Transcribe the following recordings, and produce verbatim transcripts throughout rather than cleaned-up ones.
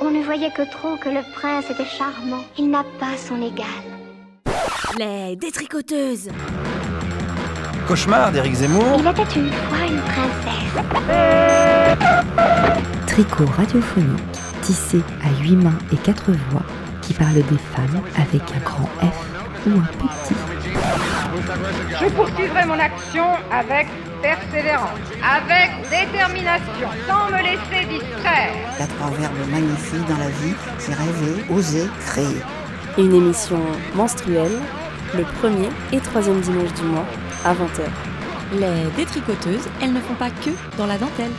On ne voyait que trop que le prince était charmant. Il n'a pas son égal. Les détricoteuses. Cauchemar d'Éric Zemmour. Il était une fois une princesse. Tricot radiophonique, tissé à huit mains et quatre voix, qui parle des femmes avec un grand F ou un petit. Je poursuivrai mon action avec persévérance, avec détermination, sans me laisser distraire. Il y a trois verbes magnifiques dans la vie, c'est rêver, oser, créer. Une émission menstruelle, le premier et troisième dimanche du mois, à vingt heures. Les détricoteuses, elles ne font pas que dans la dentelle.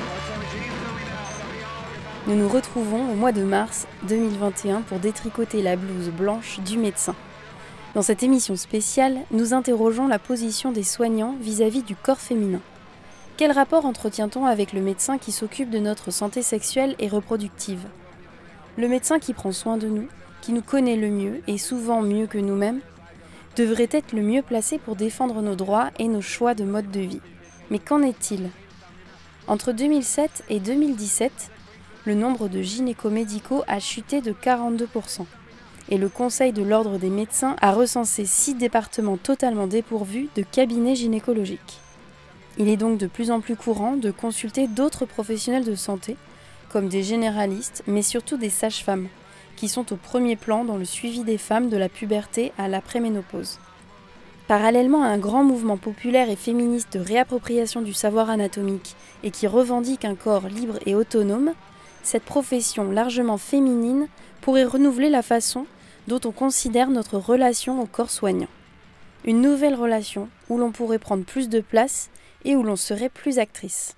Nous nous retrouvons au mois de mars deux mille vingt et un pour détricoter la blouse blanche du médecin. Dans cette émission spéciale, nous interrogeons la position des soignants vis-à-vis du corps féminin. Quel rapport entretient-on avec le médecin qui s'occupe de notre santé sexuelle et reproductive ? Le médecin qui prend soin de nous, qui nous connaît le mieux et souvent mieux que nous-mêmes, devrait être le mieux placé pour défendre nos droits et nos choix de mode de vie. Mais qu'en est-il ? Entre deux mille sept et deux mille dix-sept, le nombre de gynéco-médicaux a chuté de quarante-deux pour cent. Et le Conseil de l'Ordre des médecins a recensé six départements totalement dépourvus de cabinets gynécologiques. Il est donc de plus en plus courant de consulter d'autres professionnels de santé, comme des généralistes, mais surtout des sages-femmes, qui sont au premier plan dans le suivi des femmes de la puberté à l'après-ménopause. Parallèlement à un grand mouvement populaire et féministe de réappropriation du savoir anatomique et qui revendique un corps libre et autonome, cette profession largement féminine pourrait renouveler la façon dont on considère notre relation au corps soignant. Une nouvelle relation où l'on pourrait prendre plus de place et où l'on serait plus actrice.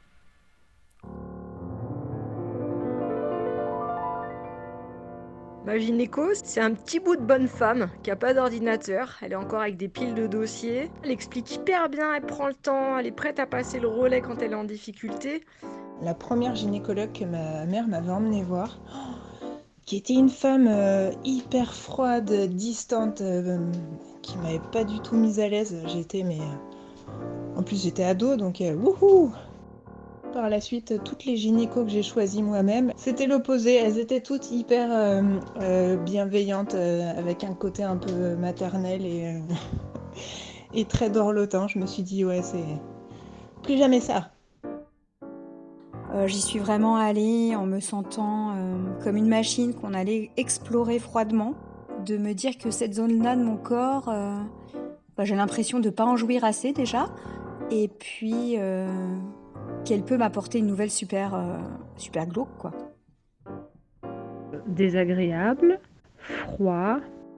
Ma gynéco, c'est un petit bout de bonne femme qui a pas d'ordinateur, elle est encore avec des piles de dossiers. Elle explique hyper bien, elle prend le temps, elle est prête à passer le relais quand elle est en difficulté. La première gynécologue que ma mère m'avait emmenée voir, oh, qui était une femme euh, hyper froide, distante, euh, qui m'avait pas du tout mise à l'aise. J'étais, mais euh, en plus j'étais ado, donc euh, wouhou. Par la suite, toutes les gynécos que j'ai choisies moi-même, c'était l'opposé. Elles étaient toutes hyper euh, euh, bienveillantes, euh, avec un côté un peu maternel et, euh, et très dorlotant. Je me suis dit, ouais, c'est plus jamais ça. Euh, j'y suis vraiment allée en me sentant euh, comme une machine qu'on allait explorer froidement, de me dire que cette zone-là de mon corps, euh, bah, j'ai l'impression de ne pas en jouir assez déjà, et puis euh, qu'elle peut m'apporter une nouvelle super, euh, super glauque, quoi. Désagréable, froid,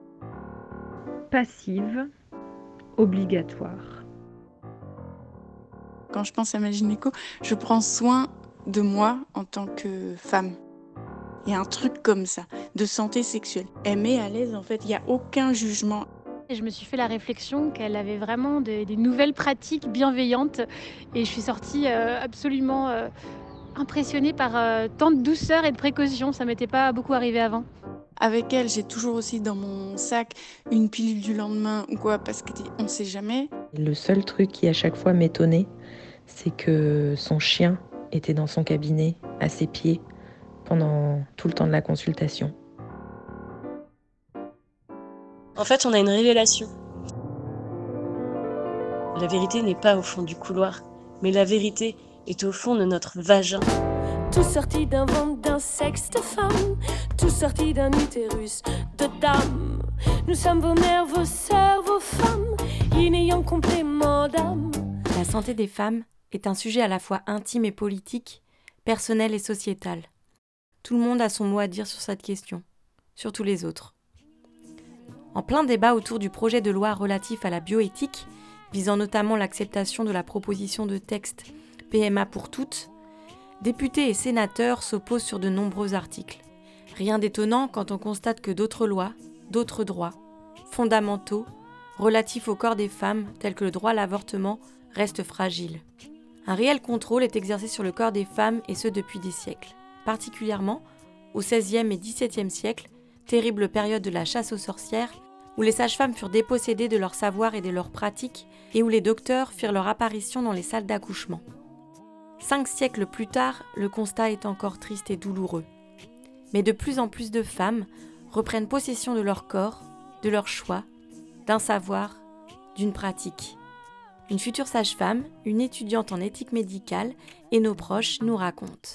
passive, obligatoire. Quand je pense à ma gynéco, je prends soin de moi en tant que femme. Il y a un truc comme ça, de santé sexuelle. Elle met à l'aise, en fait, il n'y a aucun jugement. Et je me suis fait la réflexion qu'elle avait vraiment des, des nouvelles pratiques bienveillantes et je suis sortie euh, absolument euh, impressionnée par euh, tant de douceur et de précaution. Ça m'était pas beaucoup arrivé avant. Avec elle, j'ai toujours aussi dans mon sac une pilule du lendemain ou quoi, parce qu'on ne sait jamais. Le seul truc qui à chaque fois m'étonnait, c'est que son chien était dans son cabinet, à ses pieds, pendant tout le temps de la consultation. En fait, on a une révélation. La vérité n'est pas au fond du couloir, mais la vérité est au fond de notre vagin. Tout sorti d'un ventre d'un sexe de femme, tout sorti d'un utérus de dame. Nous sommes vos mères, vos sœurs, vos femmes, inayant complément d'âme. La santé des femmes est un sujet à la fois intime et politique, personnel et sociétal. Tout le monde a son mot à dire sur cette question, sur tous les autres. En plein débat autour du projet de loi relatif à la bioéthique, visant notamment l'acceptation de la proposition de texte P M A pour toutes, députés et sénateurs s'opposent sur de nombreux articles. Rien d'étonnant quand on constate que d'autres lois, d'autres droits, fondamentaux, relatifs au corps des femmes, tels que le droit à l'avortement, restent fragiles. Un réel contrôle est exercé sur le corps des femmes et ce depuis des siècles. Particulièrement au seizième et dix-septième siècle, terrible période de la chasse aux sorcières, où les sages-femmes furent dépossédées de leur savoir et de leurs pratiques, et où les docteurs firent leur apparition dans les salles d'accouchement. Cinq siècles plus tard, le constat est encore triste et douloureux. mais de plus en plus de femmes reprennent possession de leur corps, de leur choix, d'un savoir, d'une pratique. Une future sage-femme, une étudiante en éthique médicale et nos proches nous racontent.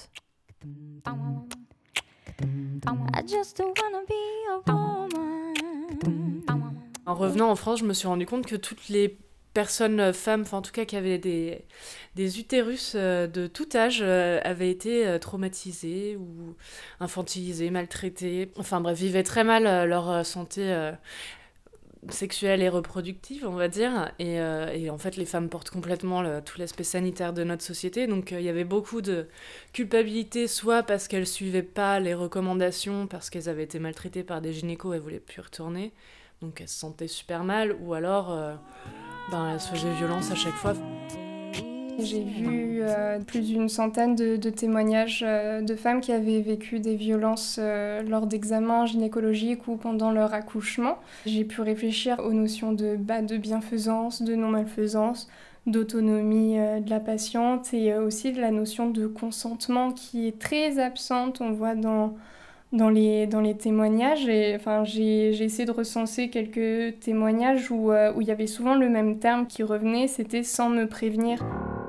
En revenant en France, je me suis rendu compte que toutes les personnes, femmes, enfin en tout cas qui avaient des, des utérus de tout âge, avaient été traumatisées ou infantilisées, maltraitées. Enfin bref, vivaient très mal leur santé sexuelle et reproductive, on va dire. Et, euh, et en fait, les femmes portent complètement le, tout l'aspect sanitaire de notre société. Donc il euh, y avait beaucoup de culpabilité, soit parce qu'elles suivaient pas les recommandations, parce qu'elles avaient été maltraitées par des gynécos et voulaient plus retourner. Donc elles se sentaient super mal, ou alors euh, ben, elles se faisaient violence à chaque fois. J'ai vu euh, plus d'une centaine de, de témoignages euh, de femmes qui avaient vécu des violences euh, lors d'examens gynécologiques ou pendant leur accouchement. J'ai pu réfléchir aux notions de, bah, de bienfaisance, de non-malfaisance, d'autonomie euh, de la patiente et euh, aussi de la notion de consentement qui est très absente, on voit dans, dans, les, dans les témoignages. Et, enfin, j'ai, j'ai essayé de recenser quelques témoignages où, euh, où il y avait souvent le même terme qui revenait, c'était « sans me prévenir ».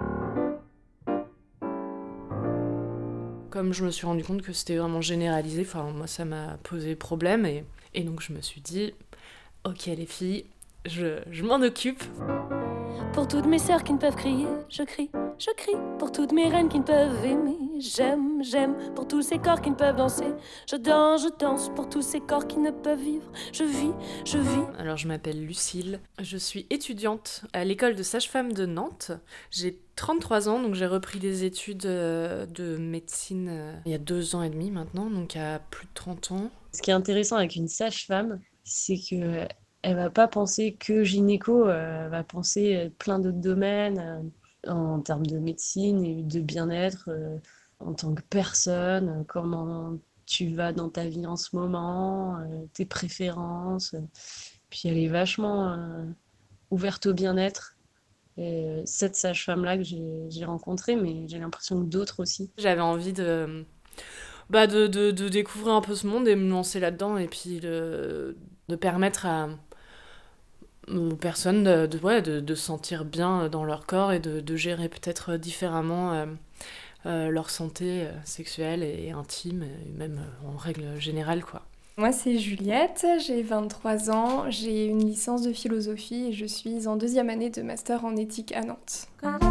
Comme je me suis rendu compte que c'était vraiment généralisé, enfin moi ça m'a posé problème et, et donc je me suis dit ok les filles, je, je m'en occupe. Pour toutes mes sœurs qui ne peuvent crier, je crie, je crie. Pour toutes mes reines qui ne peuvent aimer, j'aime, j'aime. Pour tous ces corps qui ne peuvent danser, je danse, je danse. Pour tous ces corps qui ne peuvent vivre, je vis, je vis. Alors je m'appelle Lucille, je suis étudiante à l'école de sage-femme de Nantes. J'ai trente-trois ans, donc j'ai repris des études de médecine il y a deux ans et demi maintenant, donc à plus de trente ans. Ce qui est intéressant avec une sage-femme, c'est que elle va pas penser que gynéco, elle va penser plein d'autres domaines euh, en termes de médecine et de bien-être euh, en tant que personne, comment tu vas dans ta vie en ce moment, euh, tes préférences. Puis elle est vachement euh, ouverte au bien-être. Et euh, cette sage-femme-là que j'ai, j'ai rencontrée, mais j'ai l'impression que d'autres aussi. J'avais envie de, bah de, de, de découvrir un peu ce monde et me lancer là-dedans et puis de, de permettre à aux personnes de, de, ouais, de, de se sentir bien dans leur corps et de, de gérer peut-être différemment euh, euh, leur santé sexuelle et intime, et même en règle générale, quoi. Moi, c'est Juliette, j'ai vingt-trois ans, j'ai une licence de philosophie et je suis en deuxième année de master en éthique à Nantes.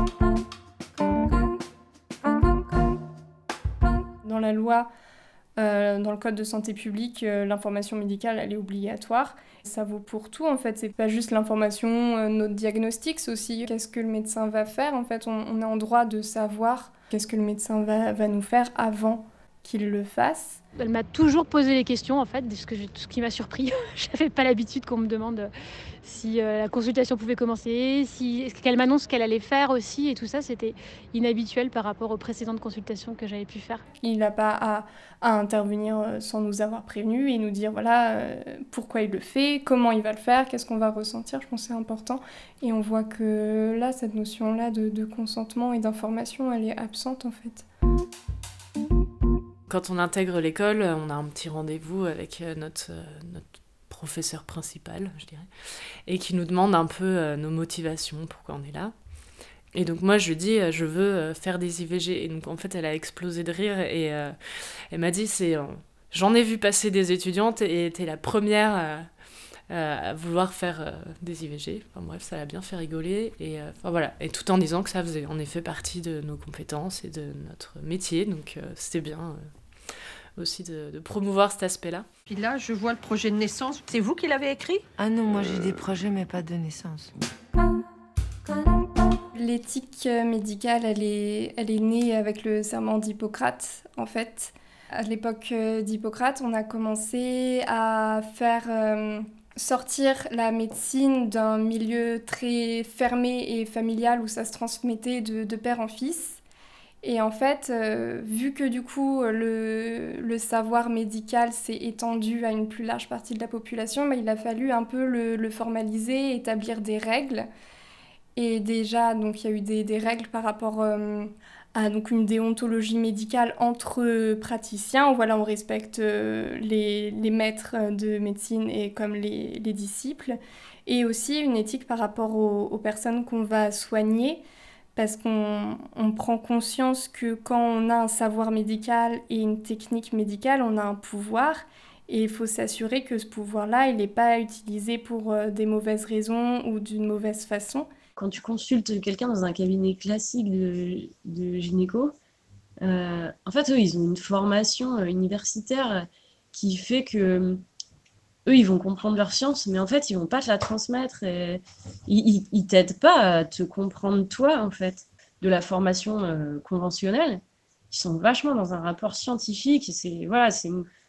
Dans la loi, euh, dans le code de santé publique, euh, l'information médicale, elle est obligatoire. Ça vaut pour tout, en fait. C'est pas juste l'information, euh, notre diagnostic, c'est aussi qu'est-ce que le médecin va faire. En fait, on, on est en droit de savoir qu'est-ce que le médecin va, va nous faire avant qu'il le fasse. Elle m'a toujours posé les questions, en fait, ce, que je, ce qui m'a surpris. J'avais pas l'habitude qu'on me demande si euh, la consultation pouvait commencer, si, qu'elle m'annonce ce qu'elle allait faire aussi, et tout ça, c'était inhabituel par rapport aux précédentes consultations que j'avais pu faire. Il n'a pas à, à intervenir sans nous avoir prévenus et nous dire voilà euh, pourquoi il le fait, comment il va le faire, qu'est-ce qu'on va ressentir. Je pense que c'est important. Et on voit que là, cette notion-là de, de consentement et d'information, elle est absente en fait. Quand on intègre l'école, on a un petit rendez-vous avec notre, notre professeur principal, je dirais, et qui nous demande un peu nos motivations, pourquoi on est là. Et donc moi, je lui dis, je veux faire des I V G. Et donc en fait, elle a explosé de rire et euh, elle m'a dit, c'est, euh, j'en ai vu passer des étudiantes et t'es la première euh, euh, à vouloir faire euh, des I V G. Enfin bref, ça l'a bien fait rigoler. Et, euh, enfin, voilà. Et tout en disant que ça faisait en effet partie de nos compétences et de notre métier. Donc euh, c'était bien... Euh, aussi de, de promouvoir cet aspect-là. Puis là, je vois le projet de naissance. C'est vous qui l'avez écrit ? Ah non, moi j'ai des projets, mais pas de naissance. L'éthique médicale, elle est, elle est née avec le serment d'Hippocrate, en fait. À l'époque d'Hippocrate, on a commencé à faire euh, sortir la médecine d'un milieu très fermé et familial où ça se transmettait de, de père en fils. Et en fait, euh, vu que du coup, le, le savoir médical s'est étendu à une plus large partie de la population, bah, il a fallu un peu le, le formaliser, établir des règles. Et déjà, donc, il y a eu des, des règles par rapport euh, à donc une déontologie médicale entre praticiens, où voilà, on respecte les, les maîtres de médecine et comme les, les disciples, et aussi une éthique par rapport aux, aux personnes qu'on va soigner, parce qu'on on prend conscience que quand on a un savoir médical et une technique médicale, on a un pouvoir, et il faut s'assurer que ce pouvoir-là, il n'est pas utilisé pour des mauvaises raisons ou d'une mauvaise façon. Quand tu consultes quelqu'un dans un cabinet classique de, de gynéco, euh, en fait, eux, ils ont une formation universitaire qui fait que eux, ils vont comprendre leur science, mais en fait, ils vont pas te la transmettre. Et ils, ils, ils t'aident pas à te comprendre toi, en fait, de la formation euh, conventionnelle. Ils sont vachement dans un rapport scientifique. Et c'est voilà, c'est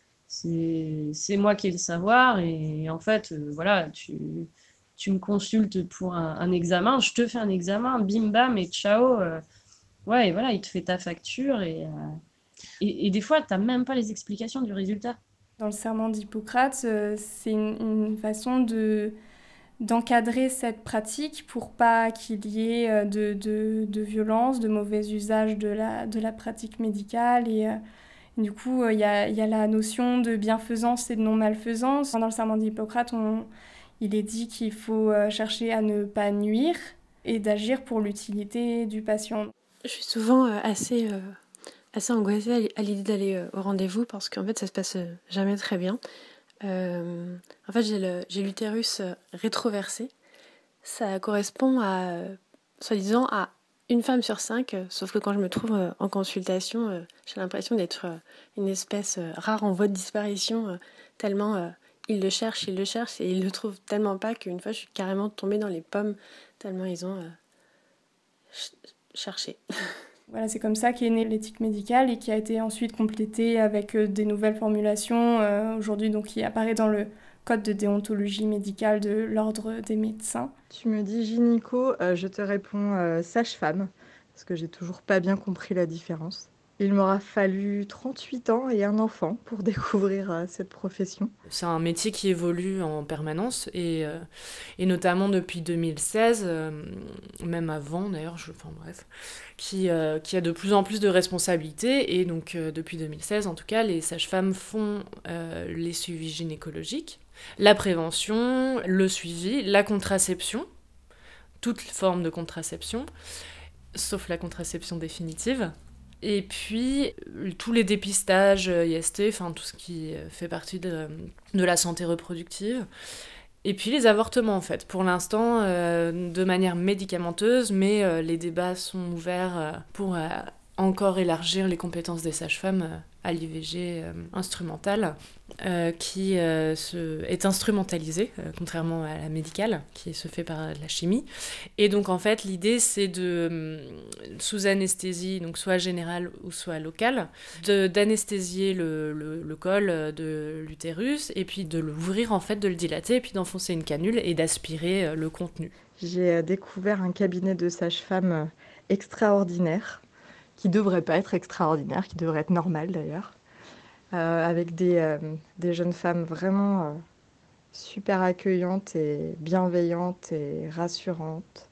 c'est c'est moi qui ai le savoir. Et en fait, euh, voilà, tu tu me consultes pour un, un examen, je te fais un examen, bim bam et ciao. Euh, ouais, et voilà, il te fait ta facture et euh, et, et des fois, t'as même pas les explications du résultat. Dans le serment d'Hippocrate, euh, c'est une, une façon de, d'encadrer cette pratique pour pas qu'il y ait de, de, de violence, de mauvais usage de la, de la pratique médicale. Et euh, du coup, il euh, y, a, y a la notion de bienfaisance et de non-malfaisance. Dans le serment d'Hippocrate, on, il est dit qu'il faut euh, chercher à ne pas nuire et d'agir pour l'utilité du patient. Je suis souvent euh, assez... Euh... assez angoissée à l'idée d'aller au rendez-vous parce qu'en fait ça se passe jamais très bien. Euh, en fait j'ai, le, j'ai l'utérus rétroversé. Ça correspond à, soi-disant, à une femme sur cinq, sauf que quand je me trouve en consultation, j'ai l'impression d'être une espèce rare en voie de disparition, tellement ils le cherchent, ils le cherchent et ils le trouvent tellement pas qu'une fois je suis carrément tombée dans les pommes, tellement ils ont ch- cherché. Voilà, c'est comme ça qu'est née l'éthique médicale et qui a été ensuite complétée avec des nouvelles formulations euh, aujourd'hui, donc qui apparaît dans le code de déontologie médicale de l'ordre des médecins. Tu me dis gynéco, euh, je te réponds euh, sage-femme, parce que j'ai toujours pas bien compris la différence. Il m'aura fallu trente-huit ans et un enfant pour découvrir euh, cette profession. C'est un métier qui évolue en permanence et, euh, et notamment depuis deux mille seize, euh, même avant d'ailleurs, je, enfin bref, qui, euh, qui a de plus en plus de responsabilités et donc euh, depuis deux mille seize en tout cas, les sages-femmes font euh, les suivis gynécologiques, la prévention, le suivi, la contraception, toute forme de contraception, sauf la contraception définitive. Et puis, tous les dépistages I S T, enfin tout ce qui fait partie de, de la santé reproductive. Et puis les avortements, en fait. Pour l'instant, euh, de manière médicamenteuse, mais euh, les débats sont ouverts euh, pour euh, encore élargir les compétences des sages-femmes euh, à l'I V G euh, instrumentale, euh, qui euh, se, est instrumentalisée, euh, contrairement à la médicale, qui se fait par la chimie. Et donc, en fait, l'idée, c'est de, sous anesthésie, donc soit générale ou soit locale, de, d'anesthésier le, le, le col de l'utérus, et puis de l'ouvrir, en fait, de le dilater, et puis d'enfoncer une canule et d'aspirer le contenu. J'ai découvert un cabinet de sages-femmes extraordinaire, qui ne devrait pas être extraordinaire, qui devrait être normal d'ailleurs, euh, avec des, euh, des jeunes femmes vraiment euh, super accueillantes et bienveillantes et rassurantes,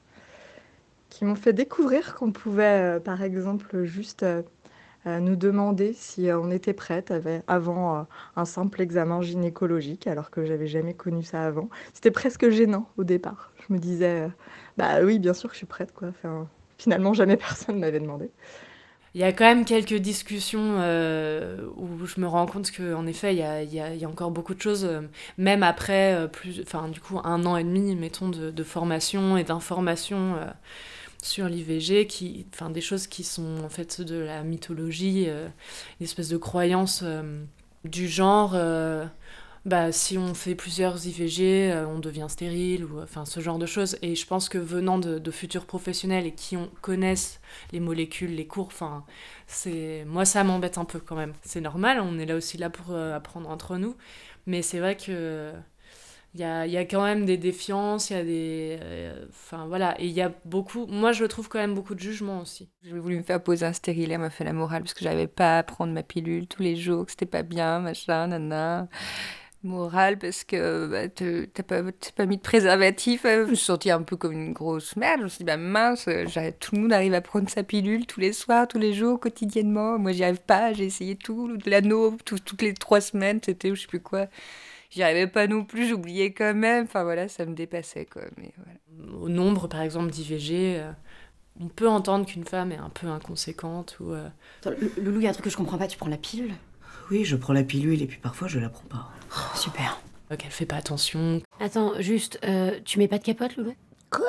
qui m'ont fait découvrir qu'on pouvait, euh, par exemple, juste euh, euh, nous demander si euh, on était prête avec, avant euh, un simple examen gynécologique, alors que j'avais jamais connu ça avant. C'était presque gênant au départ. Je me disais, euh, bah oui, bien sûr que je suis prête, quoi. Enfin, finalement, jamais personne ne m'avait demandé. Il y a quand même quelques discussions euh, où je me rends compte qu'en effet, il y a, il y a, il y a encore beaucoup de choses, euh, même après euh, plus, enfin, du coup, un an et demi, mettons, de, de formation et d'information euh, sur l'I V G, qui, enfin, des choses qui sont en fait de la mythologie, euh, une espèce de croyance euh, du genre... Euh, bah, si on fait plusieurs I V G, euh, on devient stérile, ou enfin ce genre de choses. Et je pense que venant de, de futurs professionnels et qui ont, connaissent les molécules, les cours, enfin, c'est... moi ça m'embête un peu quand même. C'est normal, on est là aussi là pour euh, apprendre entre nous. Mais c'est vrai que il y a, y a quand même des défiances, il y a des... Enfin euh, voilà, et il y a beaucoup... Moi je trouve quand même beaucoup de jugement aussi. J'ai voulu me faire poser un stérilet, elle m'a fait la morale parce que j'avais pas à prendre ma pilule tous les jours, que c'était pas bien, machin, nana... morale parce que bah, te- t'as pas, t'as pas mis de préservatif. Je me suis sentie un peu comme une grosse merde. Je me suis dit, bah mince, j'arrive- tout le monde arrive à prendre sa pilule tous les soirs, tous les jours, quotidiennement. Moi, j'y arrive pas. J'ai essayé tout, l'anneau, tout- toutes les trois semaines, c'était ou je sais plus quoi. J'y arrivais pas non plus, j'oubliais quand même. Enfin voilà, ça me dépassait quoi. Mais voilà. Au nombre, par exemple, d'I V G, euh, on peut entendre qu'une femme est un peu inconséquente ou... euh, Attends, L- Loulou, il y a un truc que je comprends pas, tu prends la pilule? Oui, je prends la pilule et puis parfois je la prends pas. Oh, super. euh, qu'elle fait pas attention. Attends, juste, euh, tu mets pas de capote, Loulou? Quoi?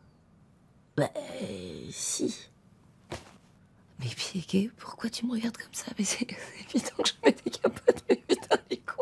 Bah, euh, si. Mais Piqué, pourquoi tu me regardes comme ça? Mais c'est c'est évident que je mets des capotes, mais putain, les cons.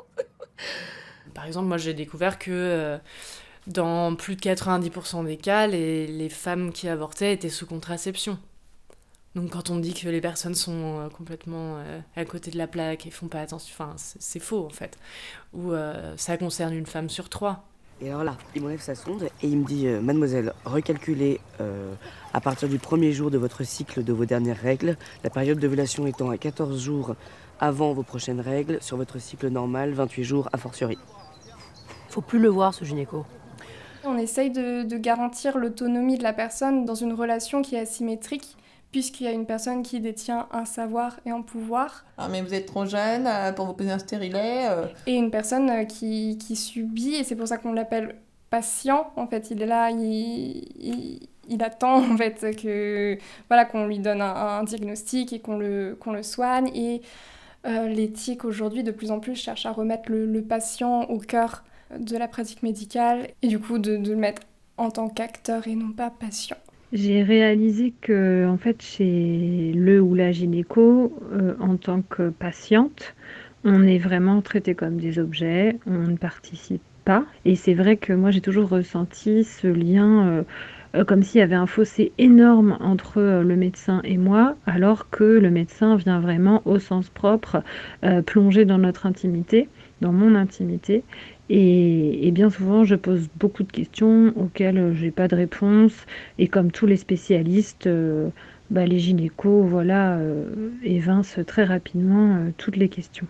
Par exemple, moi j'ai découvert que euh, dans plus de quatre-vingt-dix pour cent des cas, les, les femmes qui avortaient étaient sous contraception. Donc quand on dit que les personnes sont euh, complètement euh, à côté de la plaque et font pas attention, enfin c'est, c'est faux en fait. Ou euh, ça concerne une femme sur trois. Et alors là, il m'enlève sa sonde et il me dit euh, Mademoiselle, recalculez euh, à partir du premier jour de votre cycle de vos dernières règles, la période d'ovulation étant à quatorze jours avant vos prochaines règles, sur votre cycle normal, vingt-huit jours a fortiori. Faut plus le voir, ce gynéco. On essaye de, de garantir l'autonomie de la personne dans une relation qui est asymétrique, puisqu'il y a une personne qui détient un savoir et un pouvoir. Ah, mais vous êtes trop jeune euh, pour vous poser un stérilet. euh. Et une personne euh, qui, qui subit, et c'est pour ça qu'on l'appelle patient, en fait. Il est là, il, il, il attend, en fait, que, voilà, qu'on lui donne un, un diagnostic et qu'on le, qu'on le soigne. Et euh, l'éthique, aujourd'hui, de plus en plus, cherche à remettre le, le patient au cœur de la pratique médicale, et du coup, de, de le mettre en tant qu'acteur et non pas patient. J'ai réalisé que, en fait, chez le ou la gynéco, euh, en tant que patiente, on est vraiment traité comme des objets, on ne participe pas. Et c'est vrai que moi, j'ai toujours ressenti ce lien euh, euh, comme s'il y avait un fossé énorme entre euh, le médecin et moi, alors que le médecin vient vraiment, au sens propre, euh, plonger dans notre intimité, dans mon intimité. Et, et bien souvent, je pose beaucoup de questions auxquelles j'ai pas de réponse. Et comme tous les spécialistes, euh, bah, les gynécos, voilà, euh, évincent très rapidement euh, toutes les questions.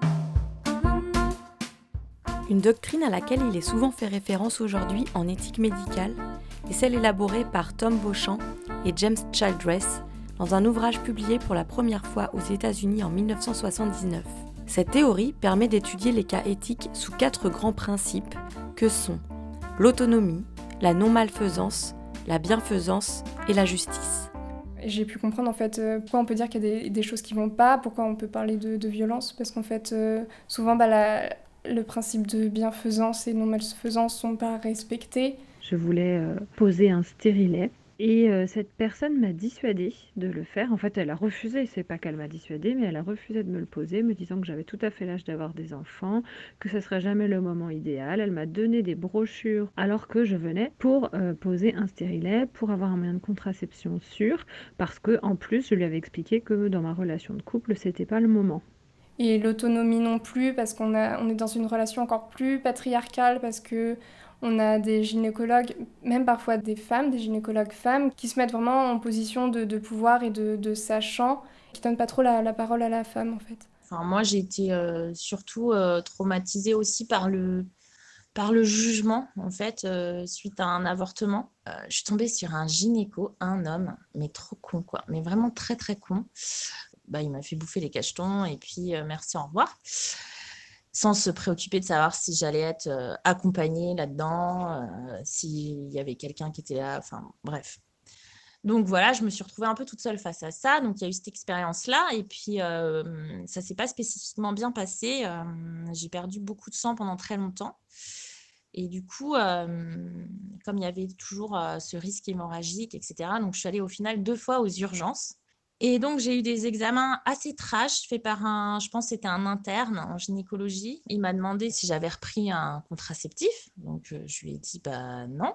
Une doctrine à laquelle il est souvent fait référence aujourd'hui en éthique médicale est celle élaborée par Tom Beauchamp et James Childress dans un ouvrage publié pour la première fois aux États-Unis en mille neuf cent soixante-dix-neuf. Cette théorie permet d'étudier les cas éthiques sous quatre grands principes que sont l'autonomie, la non-malfaisance, la bienfaisance et la justice. J'ai pu comprendre en fait euh, pourquoi on peut dire qu'il y a des, des choses qui vont pas, pourquoi on peut parler de, de violence, parce qu'en fait euh, souvent bah, la, le principe de bienfaisance et non-malfaisance sont pas respectés. Je voulais euh, poser un stérilet. Et euh, cette personne m'a dissuadée de le faire. En fait, elle a refusé. C'est pas qu'elle m'a dissuadée, mais elle a refusé de me le poser, me disant que j'avais tout à fait l'âge d'avoir des enfants, que ce serait jamais le moment idéal. Elle m'a donné des brochures alors que je venais pour euh, poser un stérilet, pour avoir un moyen de contraception sûr, parce que en plus, je lui avais expliqué que dans ma relation de couple, c'était pas le moment. Et l'autonomie non plus, parce qu'on a, on est dans une relation encore plus patriarcale, parce que on a des gynécologues, même parfois des femmes, des gynécologues femmes, qui se mettent vraiment en position de, de pouvoir et de, de sachant, qui donnent pas trop la, la parole à la femme, en fait. Enfin, moi, j'ai été euh, surtout euh, traumatisée aussi par le, par le jugement, en fait, euh, suite à un avortement. Euh, je suis tombée sur un gynéco, un homme, mais trop con, quoi. Mais vraiment très, très con. Bah, il m'a fait bouffer les cachetons et puis euh, merci, au revoir. Sans se préoccuper de savoir si j'allais être euh, accompagnée là-dedans, euh, s'il y avait quelqu'un qui était là, enfin bref. Donc voilà, je me suis retrouvée un peu toute seule face à ça. Donc il y a eu cette expérience-là et puis euh, ça ne s'est pas spécifiquement bien passé. Euh, j'ai perdu beaucoup de sang pendant très longtemps. Et du coup, euh, comme il y avait toujours euh, ce risque hémorragique, et cetera, donc je suis allée au final deux fois aux urgences. Et donc, j'ai eu des examens assez trash faits par un, je pense que c'était un interne en gynécologie. Il m'a demandé si j'avais repris un contraceptif. Donc, euh, je lui ai dit, bah non.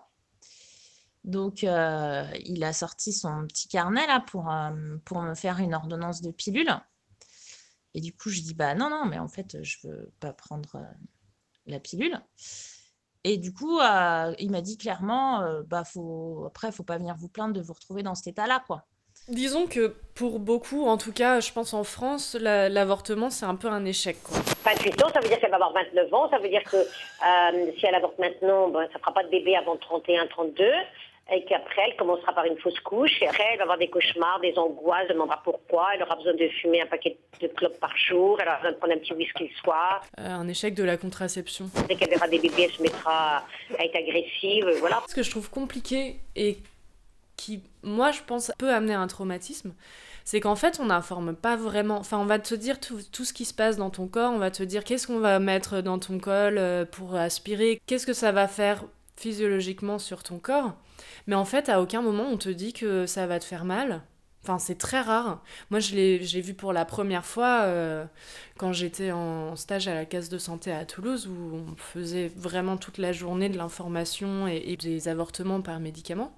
Donc, euh, il a sorti son petit carnet là pour, euh, pour me faire une ordonnance de pilule. Et du coup, je dis, bah non, non, mais en fait, je ne veux pas prendre euh, la pilule. Et du coup, euh, il m'a dit clairement, euh, bah faut, après, il ne faut pas venir vous plaindre de vous retrouver dans cet état-là, quoi. Disons que pour beaucoup, en tout cas, je pense en France, la, l'avortement, c'est un peu un échec, quoi. vingt-huit ans, ça veut dire qu'elle va avoir vingt-neuf ans, ça veut dire que euh, si elle avorte maintenant, ben, ça ne fera pas de bébé avant trente et un trente-deux, et qu'après, elle commencera par une fausse couche, et après, elle va avoir des cauchemars, des angoisses, elle demandera pourquoi, elle aura besoin de fumer un paquet de clopes par jour, elle aura besoin de prendre un petit whisky le soir. Euh, un échec de la contraception. Dès qu'elle verra des bébés, elle se mettra à être agressive, voilà. Ce que je trouve compliqué et qui, moi, je pense, peut amener un traumatisme, c'est qu'en fait, on n'informe pas vraiment... Enfin, on va te dire tout, tout ce qui se passe dans ton corps, on va te dire qu'est-ce qu'on va mettre dans ton col pour aspirer, qu'est-ce que ça va faire physiologiquement sur ton corps. Mais en fait, à aucun moment, on te dit que ça va te faire mal. Enfin, c'est très rare. Moi, je l'ai, j'ai vu pour la première fois euh, quand j'étais en stage à la case de santé à Toulouse, où on faisait vraiment toute la journée de l'information et, et des avortements par médicaments.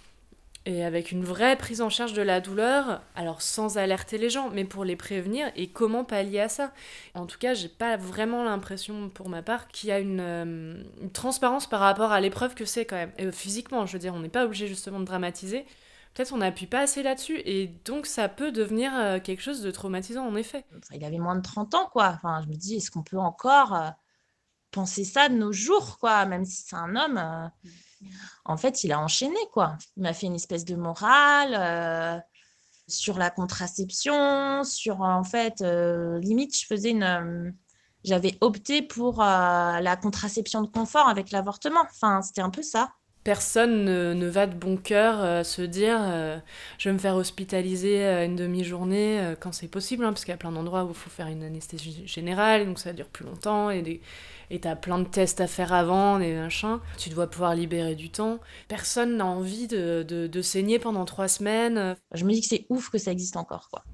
Et avec une vraie prise en charge de la douleur, alors sans alerter les gens, mais pour les prévenir et comment pallier à ça. En tout cas, j'ai pas vraiment l'impression, pour ma part, qu'il y a une, euh, une transparence par rapport à l'épreuve que c'est quand même. Et physiquement, je veux dire, on n'est pas obligé justement de dramatiser. Peut-être on n'appuie pas assez là-dessus, et donc ça peut devenir euh, quelque chose de traumatisant, en effet. Enfin, il avait moins de trente ans, quoi. Enfin, je me dis, est-ce qu'on peut encore euh, penser ça de nos jours, quoi, même si c'est un homme euh... En fait, il a enchaîné, quoi. Il m'a fait une espèce de morale euh, sur la contraception, sur, en fait, euh, limite, je faisais une... Euh, j'avais opté pour euh, la contraception de confort avec l'avortement. Enfin, c'était un peu ça. Personne ne, ne va de bon cœur euh, se dire euh, je vais me faire hospitaliser euh, une demi-journée euh, quand c'est possible, hein, parce qu'il y a plein d'endroits où il faut faire une anesthésie générale, donc ça dure plus longtemps, et des... et t'as plein de tests à faire avant, des machins. Tu dois pouvoir libérer du temps. Personne n'a envie de, de, de saigner pendant trois semaines. Je me dis que c'est ouf que ça existe encore, quoi.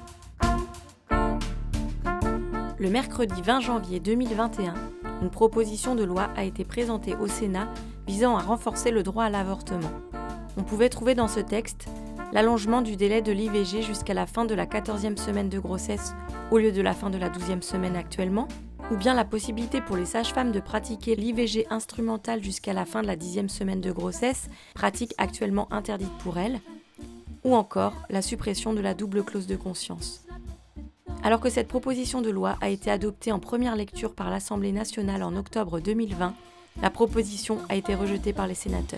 Le mercredi vingt janvier deux mille vingt et un, une proposition de loi a été présentée au Sénat visant à renforcer le droit à l'avortement. On pouvait trouver dans ce texte l'allongement du délai de l'I V G jusqu'à la fin de la quatorzième semaine de grossesse au lieu de la fin de la douzième semaine actuellement, ou bien la possibilité pour les sages-femmes de pratiquer l'I V G instrumentale jusqu'à la fin de la dixième semaine de grossesse, pratique actuellement interdite pour elles, ou encore la suppression de la double clause de conscience. Alors que cette proposition de loi a été adoptée en première lecture par l'Assemblée nationale en octobre deux mille vingt, la proposition a été rejetée par les sénateurs.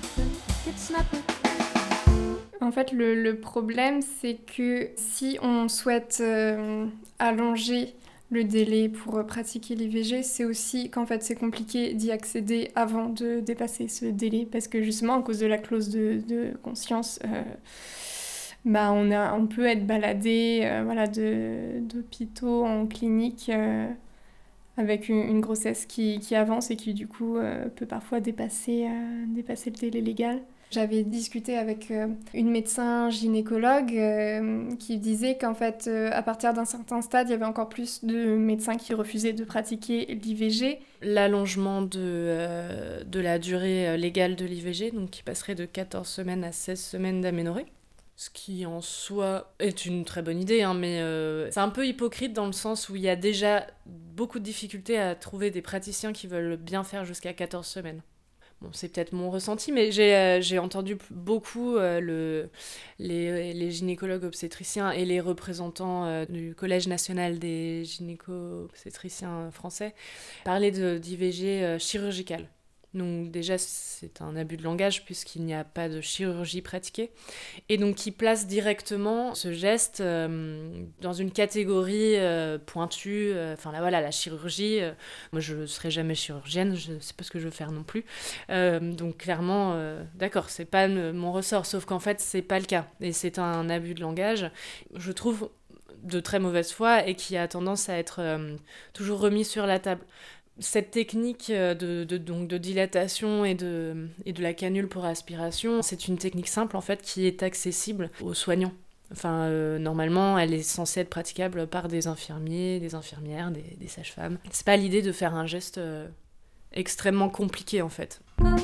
En fait, le, le problème, c'est que si on souhaite euh, allonger le délai pour pratiquer l'I V G, c'est aussi qu'en fait, c'est compliqué d'y accéder avant de dépasser ce délai, parce que justement, à cause de la clause de, de conscience, euh, bah, on, a, on peut être baladé euh, voilà, de, d'hôpitaux en clinique euh, avec une, une grossesse qui, qui avance et qui, du coup, euh, peut parfois dépasser, euh, dépasser le délai légal. J'avais discuté avec euh, une médecin gynécologue euh, qui disait qu'en fait, euh, à partir d'un certain stade, il y avait encore plus de médecins qui refusaient de pratiquer l'I V G. L'allongement de, euh, de la durée légale de l'I V G, donc qui passerait de quatorze semaines à seize semaines d'aménorrhée. Ce qui en soi est une très bonne idée, hein, mais euh, c'est un peu hypocrite dans le sens où il y a déjà beaucoup de difficultés à trouver des praticiens qui veulent bien faire jusqu'à quatorze semaines. Bon, c'est peut-être mon ressenti, mais j'ai, euh, j'ai entendu beaucoup euh, le, les, les gynécologues obstétriciens et les représentants euh, du Collège national des gynéco-obstétriciens français parler de, d'I V G euh, chirurgicale. Donc déjà, c'est un abus de langage puisqu'il n'y a pas de chirurgie pratiquée. Et donc qui place directement ce geste euh, dans une catégorie euh, pointue. Enfin euh, là voilà, la chirurgie, euh, moi je ne serai jamais chirurgienne, je ne sais pas ce que je veux faire non plus. Euh, donc clairement, euh, d'accord, c'est pas le, mon ressort, sauf qu'en fait, c'est pas le cas. Et c'est un abus de langage, je trouve, de très mauvaise foi et qui a tendance à être euh, toujours remis sur la table. Cette technique de, de, donc de dilatation et de, et de la canule pour aspiration, c'est une technique simple en fait qui est accessible aux soignants. Enfin, euh, normalement, elle est censée être praticable par des infirmiers, des infirmières, des, des sages-femmes. C'est pas l'idée de faire un geste euh, extrêmement compliqué en fait.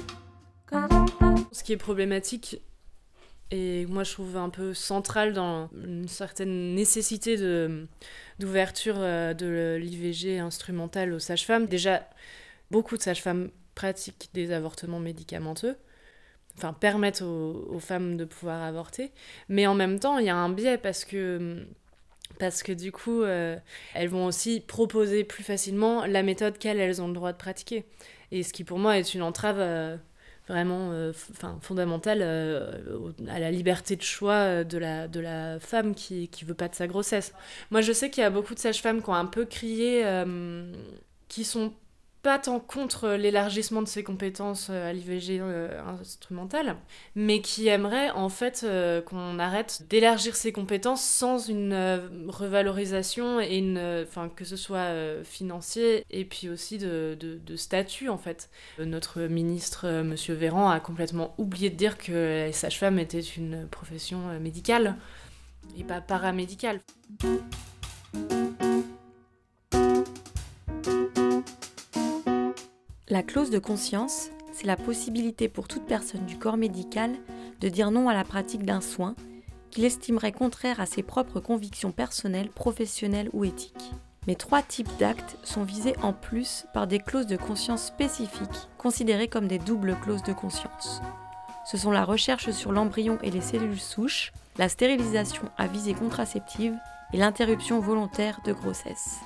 Ce qui est problématique, et moi je trouve un peu central dans une certaine nécessité de, d'ouverture de l'I V G instrumentale aux sages-femmes. Déjà, beaucoup de sages-femmes pratiquent des avortements médicamenteux. enfin, permettent aux, aux femmes de pouvoir avorter. Mais en même temps, il y a un biais parce que, parce que du coup, euh, elles vont aussi proposer plus facilement la méthode qu'elles elles ont le droit de pratiquer. Et ce qui, pour moi, est une entrave euh, vraiment euh, f- fondamentale euh, à la liberté de choix de la, de la femme qui ne veut pas de sa grossesse. Moi, je sais qu'il y a beaucoup de sages-femmes qui ont un peu crié, euh, qui sont pas tant contre l'élargissement de ses compétences à l'I V G euh, instrumentale, mais qui aimerait en fait euh, qu'on arrête d'élargir ses compétences sans une euh, revalorisation et une, enfin que ce soit euh, financier et puis aussi de, de, de statut en fait. Notre ministre euh, Monsieur Véran a complètement oublié de dire que les sages-femmes étaient une profession euh, médicale et pas paramédicale. La clause de conscience, c'est la possibilité pour toute personne du corps médical de dire non à la pratique d'un soin qu'il estimerait contraire à ses propres convictions personnelles, professionnelles ou éthiques. Mais trois types d'actes sont visés en plus par des clauses de conscience spécifiques, considérées comme des doubles clauses de conscience. Ce sont la recherche sur l'embryon et les cellules souches, la stérilisation à visée contraceptive et l'interruption volontaire de grossesse.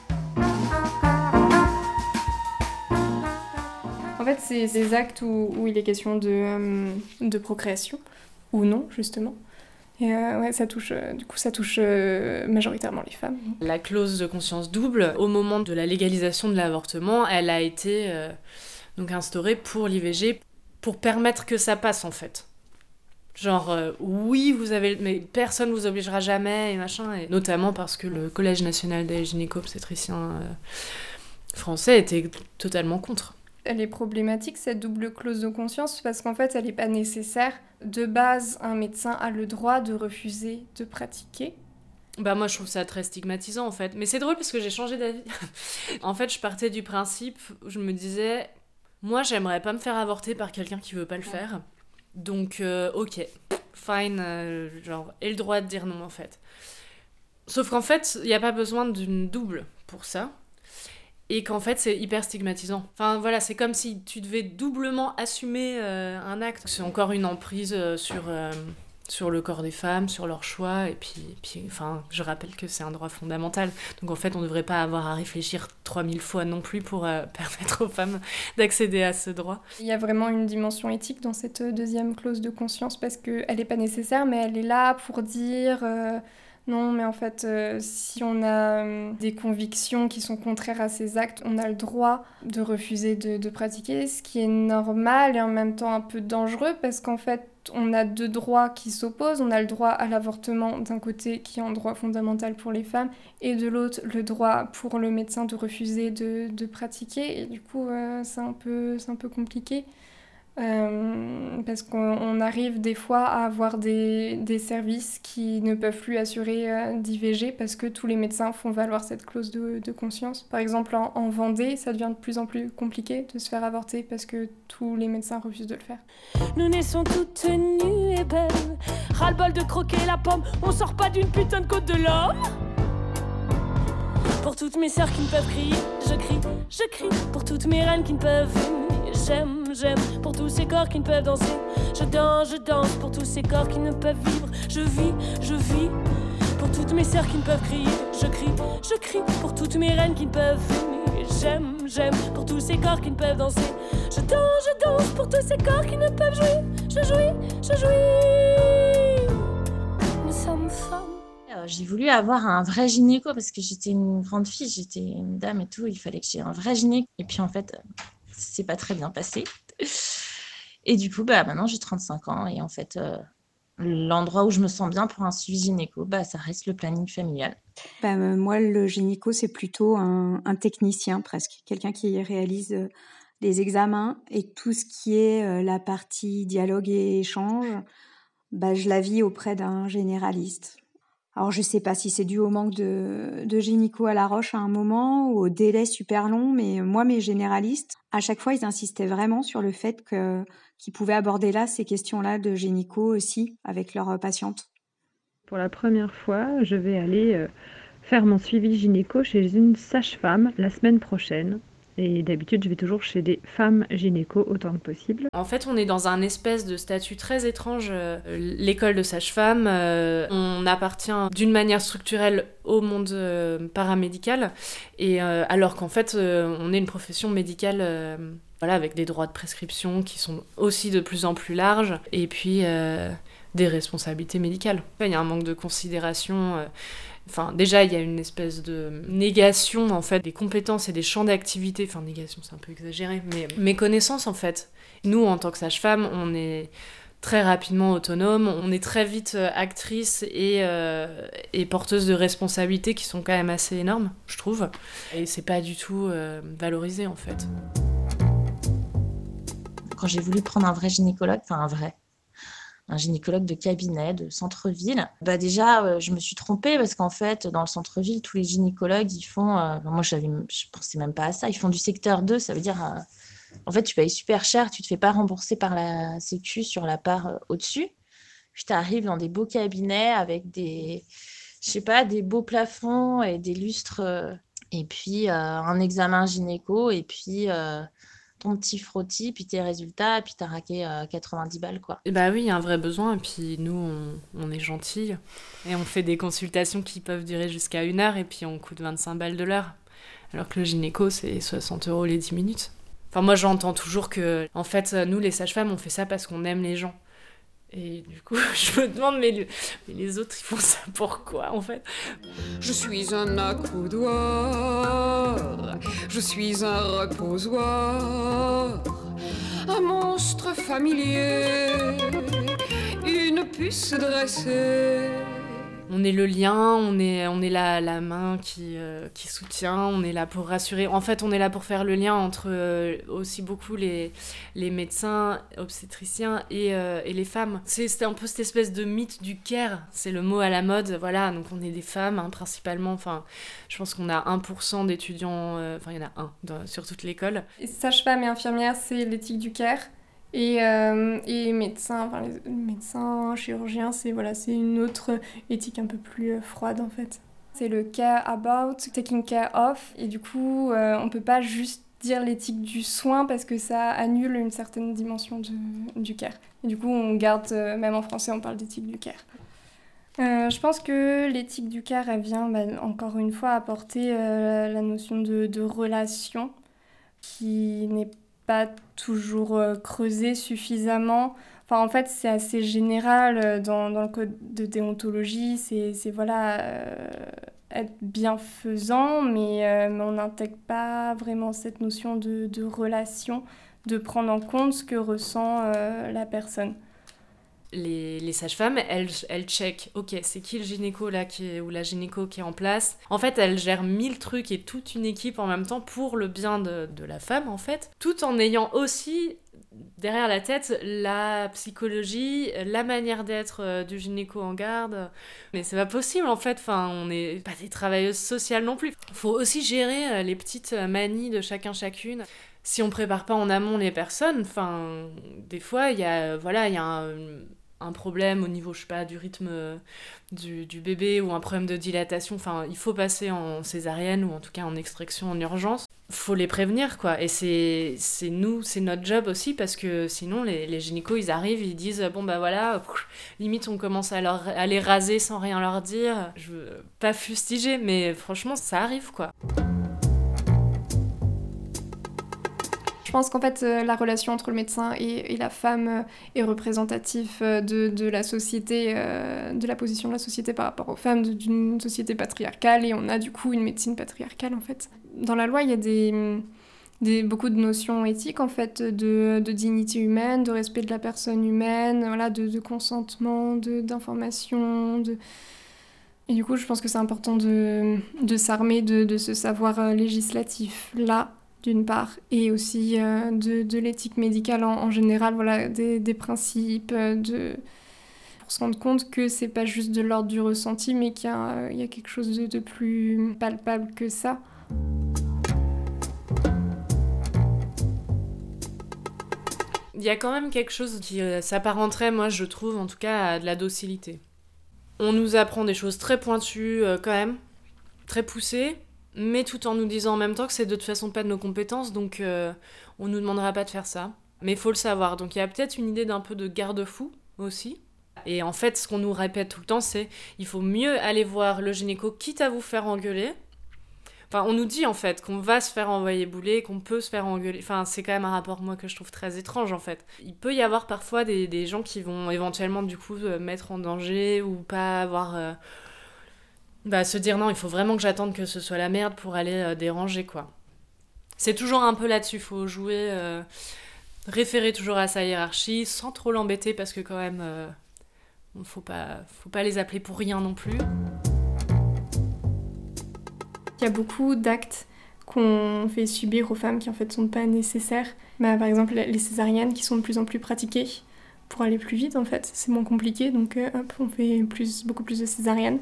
En fait, c'est ces actes où, où il est question de, euh, de procréation, ou non, justement. Et euh, ouais, ça touche, euh, du coup, ça touche euh, majoritairement les femmes. La clause de conscience double, au moment de la légalisation de l'avortement, elle a été euh, donc instaurée pour l'I V G, pour permettre que ça passe, en fait. Genre, euh, oui, vous avez, mais personne vous obligera jamais, et machin. Et notamment parce que le Collège national des gynéco-obstétriciens euh, français était totalement contre. Elle est problématique, cette double clause de conscience, parce qu'en fait, elle n'est pas nécessaire. De base, un médecin a le droit de refuser de pratiquer. Bah moi, je trouve ça très stigmatisant, en fait. Mais c'est drôle parce que j'ai changé d'avis. En fait, je partais du principe où je me disais, moi, j'aimerais pas me faire avorter par quelqu'un qui veut pas le faire. Donc, euh, ok, fine, euh, genre, aie le droit de dire non, en fait. Sauf qu'en fait, il n'y a pas besoin d'une double pour ça. Et qu'en fait, c'est hyper stigmatisant. Enfin, voilà, c'est comme si tu devais doublement assumer euh, un acte. C'est encore une emprise euh, sur, euh, sur le corps des femmes, sur leur choix. Et puis, et puis, enfin, je rappelle que c'est un droit fondamental. Donc, en fait, on ne devrait pas avoir à réfléchir trois mille fois non plus pour euh, permettre aux femmes d'accéder à ce droit. Il y a vraiment une dimension éthique dans cette deuxième clause de conscience, parce qu'elle n'est pas nécessaire, mais elle est là pour dire... Euh, Non, mais en fait, euh, si on a euh, des convictions qui sont contraires à ces actes, on a le droit de refuser de, de pratiquer, ce qui est normal et en même temps un peu dangereux, parce qu'en fait, on a deux droits qui s'opposent. On a le droit à l'avortement d'un côté, qui est un droit fondamental pour les femmes, et de l'autre, le droit pour le médecin de refuser de, de pratiquer. Et du coup, euh, c'est un peu, c'est un peu compliqué. Euh, parce qu'on on arrive des fois à avoir des, des services qui ne peuvent plus assurer euh, d'I V G parce que tous les médecins font valoir cette clause de, de conscience. Par exemple, en, en Vendée, ça devient de plus en plus compliqué de se faire avorter parce que tous les médecins refusent de le faire. Nous naissons toutes nues et belles, ras-le-bol de croquer la pomme, on sort pas d'une putain de côte de l'homme. Pour toutes mes sœurs qui ne peuvent crier, je crie, je crie. Pour toutes mes reines qui ne peuvent aimer, j'aime, j'aime. Pour tous ces corps qui ne peuvent danser, je danse, je danse. Pour tous ces corps qui ne peuvent vivre, je vis, je vis. Pour toutes mes sœurs qui ne peuvent crier, je crie, je crie. Pour toutes mes reines qui ne peuvent aimer, j'aime, j'aime. Pour tous ces corps qui ne peuvent danser, je danse, je danse. Pour tous ces corps qui ne peuvent jouir, je jouis, je jouis. Nous sommes femmes. J'ai voulu avoir un vrai gynéco parce que j'étais une grande fille, j'étais une dame et tout, il fallait que j'ai un vrai gynéco. Et puis en fait, c'est pas très bien passé. Et du coup, bah, maintenant j'ai trente-cinq ans et en fait, euh, l'endroit où je me sens bien pour un suivi gynéco, bah, ça reste le planning familial. Bah, euh, moi, le gynéco, c'est plutôt un, un technicien presque, quelqu'un qui réalise euh, les examens et tout ce qui est euh, la partie dialogue et échange, bah, je la vis auprès d'un généraliste. Alors, je ne sais pas si c'est dû au manque de, de gynéco à La Roche à un moment ou au délai super long, mais moi, mes généralistes, à chaque fois, ils insistaient vraiment sur le fait que, qu'ils pouvaient aborder là ces questions-là de gynéco aussi avec leurs patientes. Pour la première fois, je vais aller euh, faire mon suivi gynéco chez une sage-femme la semaine prochaine. Et d'habitude, je vais toujours chez des femmes gynéco autant que possible. En fait, on est dans un espèce de statut très étrange. Euh, l'école de sage-femme, euh, on appartient d'une manière structurelle au monde euh, paramédical, et euh, alors qu'en fait, euh, on est une profession médicale, euh, voilà, avec des droits de prescription qui sont aussi de plus en plus larges, et puis euh, des responsabilités médicales. Il y a un manque de considération. Euh, Enfin, déjà, il y a une espèce de négation, en fait, des compétences et des champs d'activité. Enfin, négation, c'est un peu exagéré, mais méconnaissance, en fait. Nous, en tant que sage-femme, on est très rapidement autonome, on est très vite actrice et, euh, et porteuse de responsabilités qui sont quand même assez énormes, je trouve. Et c'est pas du tout euh, valorisé, en fait. Quand j'ai voulu prendre un vrai gynécologue, enfin un vrai, un gynécologue de cabinet, de centre-ville, bah déjà, euh, je me suis trompée parce qu'en fait, dans le centre-ville, tous les gynécologues, ils font... Euh, moi, j'avais, je pensais même pas à ça. Ils font du secteur deux, ça veut dire... Euh, en fait, tu payes super cher, tu te fais pas rembourser par la Sécu sur la part euh, au-dessus. Puis tu arrives dans des beaux cabinets avec des... Je sais pas, des beaux plafonds et des lustres. Euh, et puis, euh, un examen gynéco et puis... Euh, ton petit frottis, puis tes résultats, puis t'as raqué euh, quatre-vingt-dix balles, quoi. Et bah oui, il y a un vrai besoin, et puis nous, on, on est gentils, et on fait des consultations qui peuvent durer jusqu'à une heure, et puis on coûte vingt-cinq balles de l'heure, alors que le gynéco, c'est soixante euros les dix minutes. Enfin, moi, j'entends toujours que, en fait, nous, les sages-femmes, on fait ça parce qu'on aime les gens. Et du coup, je me demande, mais, le, mais les autres, ils font ça pourquoi, en fait? Je suis un accoudoir, je suis un reposoir, un monstre familier, une puce dressée. On est le lien, on est, on est la, la main qui, euh, qui soutient, on est là pour rassurer. En fait, on est là pour faire le lien entre euh, aussi beaucoup les, les médecins, obstétriciens et, euh, et les femmes. C'est, c'est un peu cette espèce de mythe du care, c'est le mot à la mode. Voilà, donc on est des femmes, hein, principalement. Enfin, je pense qu'on a un pour cent d'étudiants, euh, enfin, il y en a un dans, sur toute l'école. Sage-femme et infirmière, c'est l'éthique du care. Et, euh, et médecin, enfin les médecins, chirurgiens, c'est voilà, c'est une autre éthique un peu plus euh, froide en fait. C'est le care about, taking care of, et du coup euh, on peut pas juste dire l'éthique du soin parce que ça annule une certaine dimension de, du care. Et du coup on garde, euh, même en français on parle d'éthique du care. Euh, je pense que l'éthique du care, elle vient bah, encore une fois apporter euh, la notion de, de relation qui n'est pas toujours euh, creusé suffisamment. Enfin, en fait, c'est assez général euh, dans, dans le code de déontologie. C'est, c'est voilà, euh, être bienfaisant, mais, euh, mais on n'intègre pas vraiment cette notion de, de relation, de prendre en compte ce que ressent euh, la personne. Les, les sages-femmes, elles, elles checkent, ok, c'est qui le gynéco là qui est, ou la gynéco qui est en place. En fait, elles gèrent mille trucs et toute une équipe en même temps pour le bien de, de la femme, en fait, tout en ayant aussi derrière la tête la psychologie, la manière d'être euh, du gynéco en garde. Mais c'est pas possible, en fait, enfin, on n'est pas des travailleuses sociales non plus. Faut aussi gérer euh, les petites manies de chacun chacune. Si on prépare pas en amont les personnes, enfin, des fois, il y a, voilà, il y a un... un problème au niveau, je sais pas, du rythme du, du bébé ou un problème de dilatation, enfin, il faut passer en césarienne ou en tout cas en extraction en urgence. Faut les prévenir, quoi. Et c'est, c'est nous, c'est notre job aussi, parce que sinon, les, les gynécos, ils arrivent, ils disent, bon, bah voilà, pff, limite, on commence à, leur, à les raser sans rien leur dire. Je veux pas fustiger, mais franchement, ça arrive, quoi. Je pense qu'en fait, euh, la relation entre le médecin et, et la femme euh, est représentative euh, de, de la société, euh, de la position de la société par rapport aux femmes, de, d'une société patriarcale, et on a du coup une médecine patriarcale, en fait. Dans la loi, il y a des, des, beaucoup de notions éthiques, en fait, de, de dignité humaine, de respect de la personne humaine, voilà, de, de consentement, de, d'information, de... Et du coup, je pense que c'est important de, de s'armer de, de ce savoir législatif-là, d'une part, et aussi euh, de, de l'éthique médicale en, en général, voilà, des, des principes, euh, de... pour se rendre compte que c'est pas juste de l'ordre du ressenti, mais qu'il y a, euh, il y a quelque chose de, de plus palpable que ça. Il y a quand même quelque chose qui euh, s'apparenterait, moi je trouve, en tout cas, à de la docilité. On nous apprend des choses très pointues, euh, quand même, très poussées, mais tout en nous disant en même temps que c'est de toute façon pas de nos compétences, donc euh, on nous demandera pas de faire ça. Mais il faut le savoir, donc il y a peut-être une idée d'un peu de garde-fou aussi. Et en fait, ce qu'on nous répète tout le temps, c'est il faut mieux aller voir le gynéco, quitte à vous faire engueuler. Enfin, on nous dit en fait qu'on va se faire envoyer bouler, qu'on peut se faire engueuler. Enfin, c'est quand même un rapport, moi, que je trouve très étrange en fait. Il peut y avoir parfois des, des gens qui vont éventuellement du coup euh, mettre en danger ou pas avoir... Euh, bah, se dire non, il faut vraiment que j'attende que ce soit la merde pour aller euh, déranger, quoi. C'est toujours un peu là-dessus, il faut jouer, euh, référer toujours à sa hiérarchie sans trop l'embêter parce que quand même, euh, faut pas, faut pas les appeler pour rien non plus. Il y a beaucoup d'actes qu'on fait subir aux femmes qui en fait sont pas nécessaires. Bah, par exemple les césariennes qui sont de plus en plus pratiquées pour aller plus vite en fait. C'est moins compliqué donc euh, hop, on fait plus, beaucoup plus de césariennes.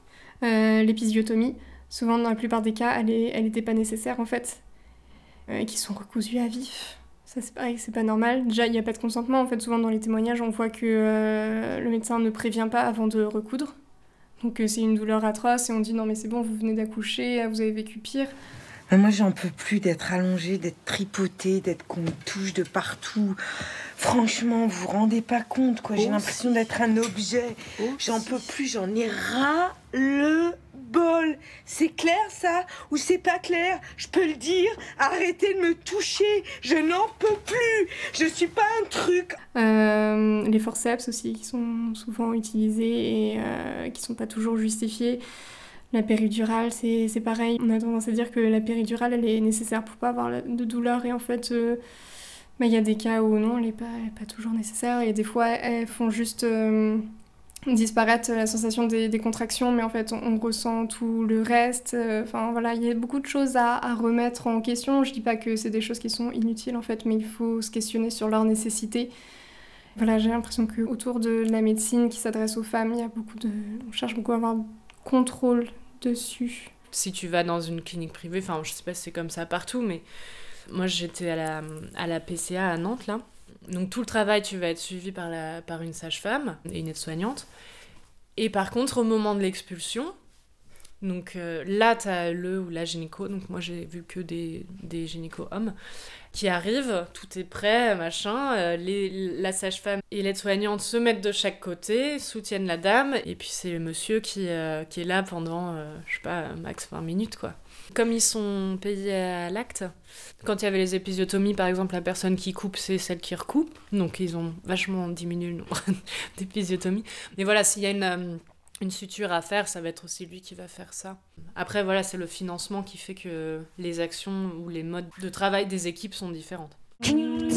Euh, l'épisiotomie, souvent dans la plupart des cas, elle, est, elle était pas nécessaire en fait. Euh, qui sont recousues à vif. Ça c'est pareil, c'est pas normal. Déjà il n'y a pas de consentement en fait. Souvent dans les témoignages on voit que euh, le médecin ne prévient pas avant de recoudre. Donc euh, c'est une douleur atroce et on dit non mais c'est bon, vous venez d'accoucher, vous avez vécu pire. Mais moi j'en peux plus d'être allongée, d'être tripotée, d'être qu'on me touche de partout. Franchement, vous vous rendez pas compte quoi, j'ai l'impression d'être un objet. J'en peux plus, j'en ai ras le bol. C'est clair ça ou c'est pas clair? Je peux le dire, arrêtez de me toucher, je n'en peux plus. Je suis pas un truc. Euh, les forceps aussi qui sont souvent utilisés et euh, qui sont pas toujours justifiés. La péridurale, c'est, c'est pareil. On a tendance à dire que la péridurale, elle est nécessaire pour pas avoir de douleur. Et en fait, euh, bah, y a des cas où non, elle n'est pas, pas toujours nécessaire. Et des fois, elles font juste euh, disparaître la sensation des, des contractions. Mais en fait, on, on ressent tout le reste. Enfin, voilà, il y a beaucoup de choses à, à remettre en question. Je dis pas que c'est des choses qui sont inutiles, en fait, mais il faut se questionner sur leur nécessité. Voilà, j'ai l'impression qu'autour de la médecine qui s'adresse aux femmes, il y a beaucoup de... on cherche beaucoup à avoir contrôle dessus. Si tu vas dans une clinique privée, enfin je sais pas si c'est comme ça partout, mais moi j'étais à la, à la P C A à Nantes là, donc tout le travail tu vas être suivi par, la, par une sage-femme et une aide-soignante, et par contre au moment de l'expulsion, donc euh, là t'as le ou la gynéco, donc moi j'ai vu que des, des gynécos hommes, qui arrivent, tout est prêt, machin, euh, les, la sage-femme et l'aide-soignante se mettent de chaque côté, soutiennent la dame, et puis c'est le monsieur qui, euh, qui est là pendant, euh, je sais pas, max vingt minutes, quoi. Comme ils sont payés à l'acte, quand il y avait les épisiotomies, par exemple, la personne qui coupe, c'est celle qui recoupe, donc ils ont vachement diminué le nombre d'épisiotomies. Mais voilà, s'il y a une... Euh, une suture à faire, ça va être aussi lui qui va faire ça. Après, voilà, c'est le financement qui fait que les actions ou les modes de travail des équipes sont différentes. I'm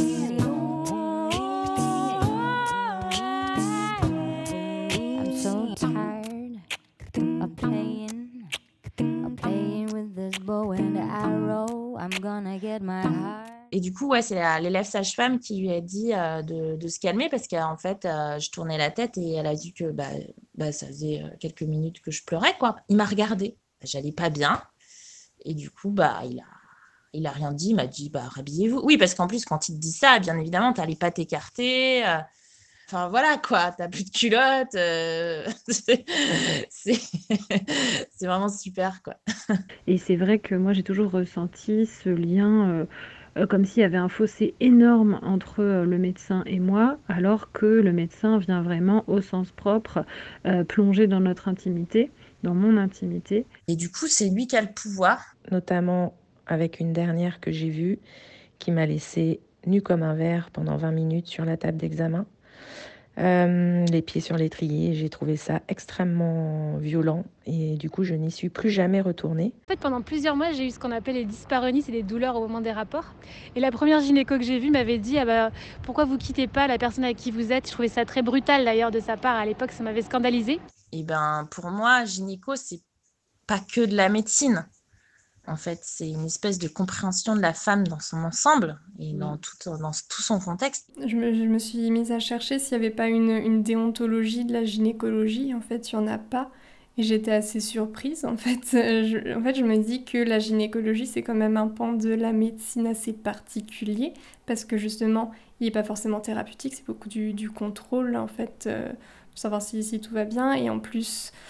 so tired of playing, of playing with this bow and arrow. I'm gonna get my heart. Et du coup, ouais, c'est la, l'élève sage-femme qui lui a dit euh, de, de se calmer parce qu'en fait, euh, je tournais la tête et elle a dit que bah, bah, ça faisait quelques minutes que je pleurais, quoi. Il m'a regardée, j'allais pas bien. Et du coup, bah, il a, il a rien dit, il m'a dit, bah, rhabillez-vous. Oui, parce qu'en plus, quand il te dit ça, bien évidemment, t'allais pas t'écarter. Euh... Enfin, voilà, quoi, t'as plus de culotte. Euh... c'est... c'est... c'est vraiment super, quoi. Et c'est vrai que moi, j'ai toujours ressenti ce lien... Euh... comme s'il y avait un fossé énorme entre le médecin et moi, alors que le médecin vient vraiment au sens propre euh, plonger dans notre intimité, dans mon intimité. Et du coup, c'est lui qui a le pouvoir. Notamment avec une dernière que j'ai vue, qui m'a laissée nue comme un verre pendant vingt minutes sur la table d'examen. Euh, les pieds sur l'étrier, j'ai trouvé ça extrêmement violent et du coup je n'y suis plus jamais retournée. En fait, pendant plusieurs mois, j'ai eu ce qu'on appelle les dyspareunies, c'est des douleurs au moment des rapports. Et la première gynéco que j'ai vue m'avait dit ah bah, pourquoi vous quittez pas la personne avec qui vous êtes. Je trouvais ça très brutal d'ailleurs de sa part, à l'époque ça m'avait scandalisée. Et ben pour moi, gynéco, c'est pas que de la médecine. En fait, c'est une espèce de compréhension de la femme dans son ensemble et dans tout, dans tout son contexte. Je me, je me suis mise à chercher s'il n'y avait pas une, une déontologie de la gynécologie. En fait, il n'y en a pas. Et j'étais assez surprise. En fait. Je, en fait, je me dis que la gynécologie, c'est quand même un pan de la médecine assez particulier. Parce que justement, il n'est pas forcément thérapeutique. C'est beaucoup du, du contrôle, en fait, euh, pour savoir si, si tout va bien. Et en plus...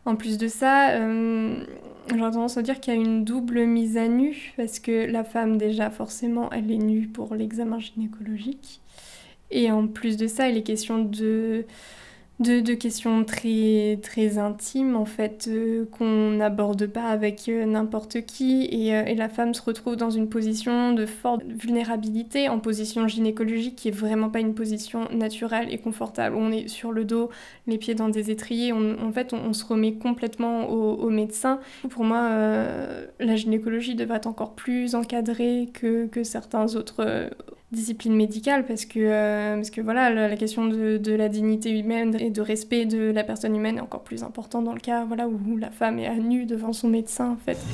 En plus de ça, euh, j'aurais tendance à dire qu'il y a une double mise à nu, parce que la femme, déjà, forcément, elle est nue pour l'examen gynécologique. Et en plus de ça, il est question de, de, de questions très, très intimes, en fait, euh, qu'on n'aborde pas avec euh, n'importe qui. Et, euh, et la femme se retrouve dans une position de forte vulnérabilité, en position gynécologique, qui est vraiment pas une position naturelle et confortable. On est sur le dos, les pieds dans des étriers. On, en fait, on, on se remet complètement au, au médecin. Pour moi, euh, la gynécologie devrait être encore plus encadrée que, que certains autres euh, disciplines médicales, parce que, euh, parce que voilà, la, la question de, de la dignité humaine et de respect de la personne humaine est encore plus importante dans le cas voilà, où la femme est à nu devant son médecin, en fait.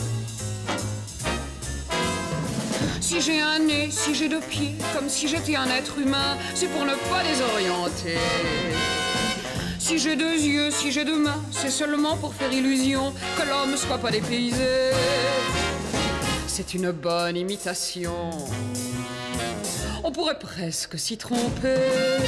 Si j'ai un nez, si j'ai deux pieds, comme si j'étais un être humain, c'est pour ne pas désorienter. Si j'ai deux yeux, si j'ai deux mains, c'est seulement pour faire illusion que l'homme soit pas dépaysé. C'est une bonne imitation. On pourrait presque s'y tromper.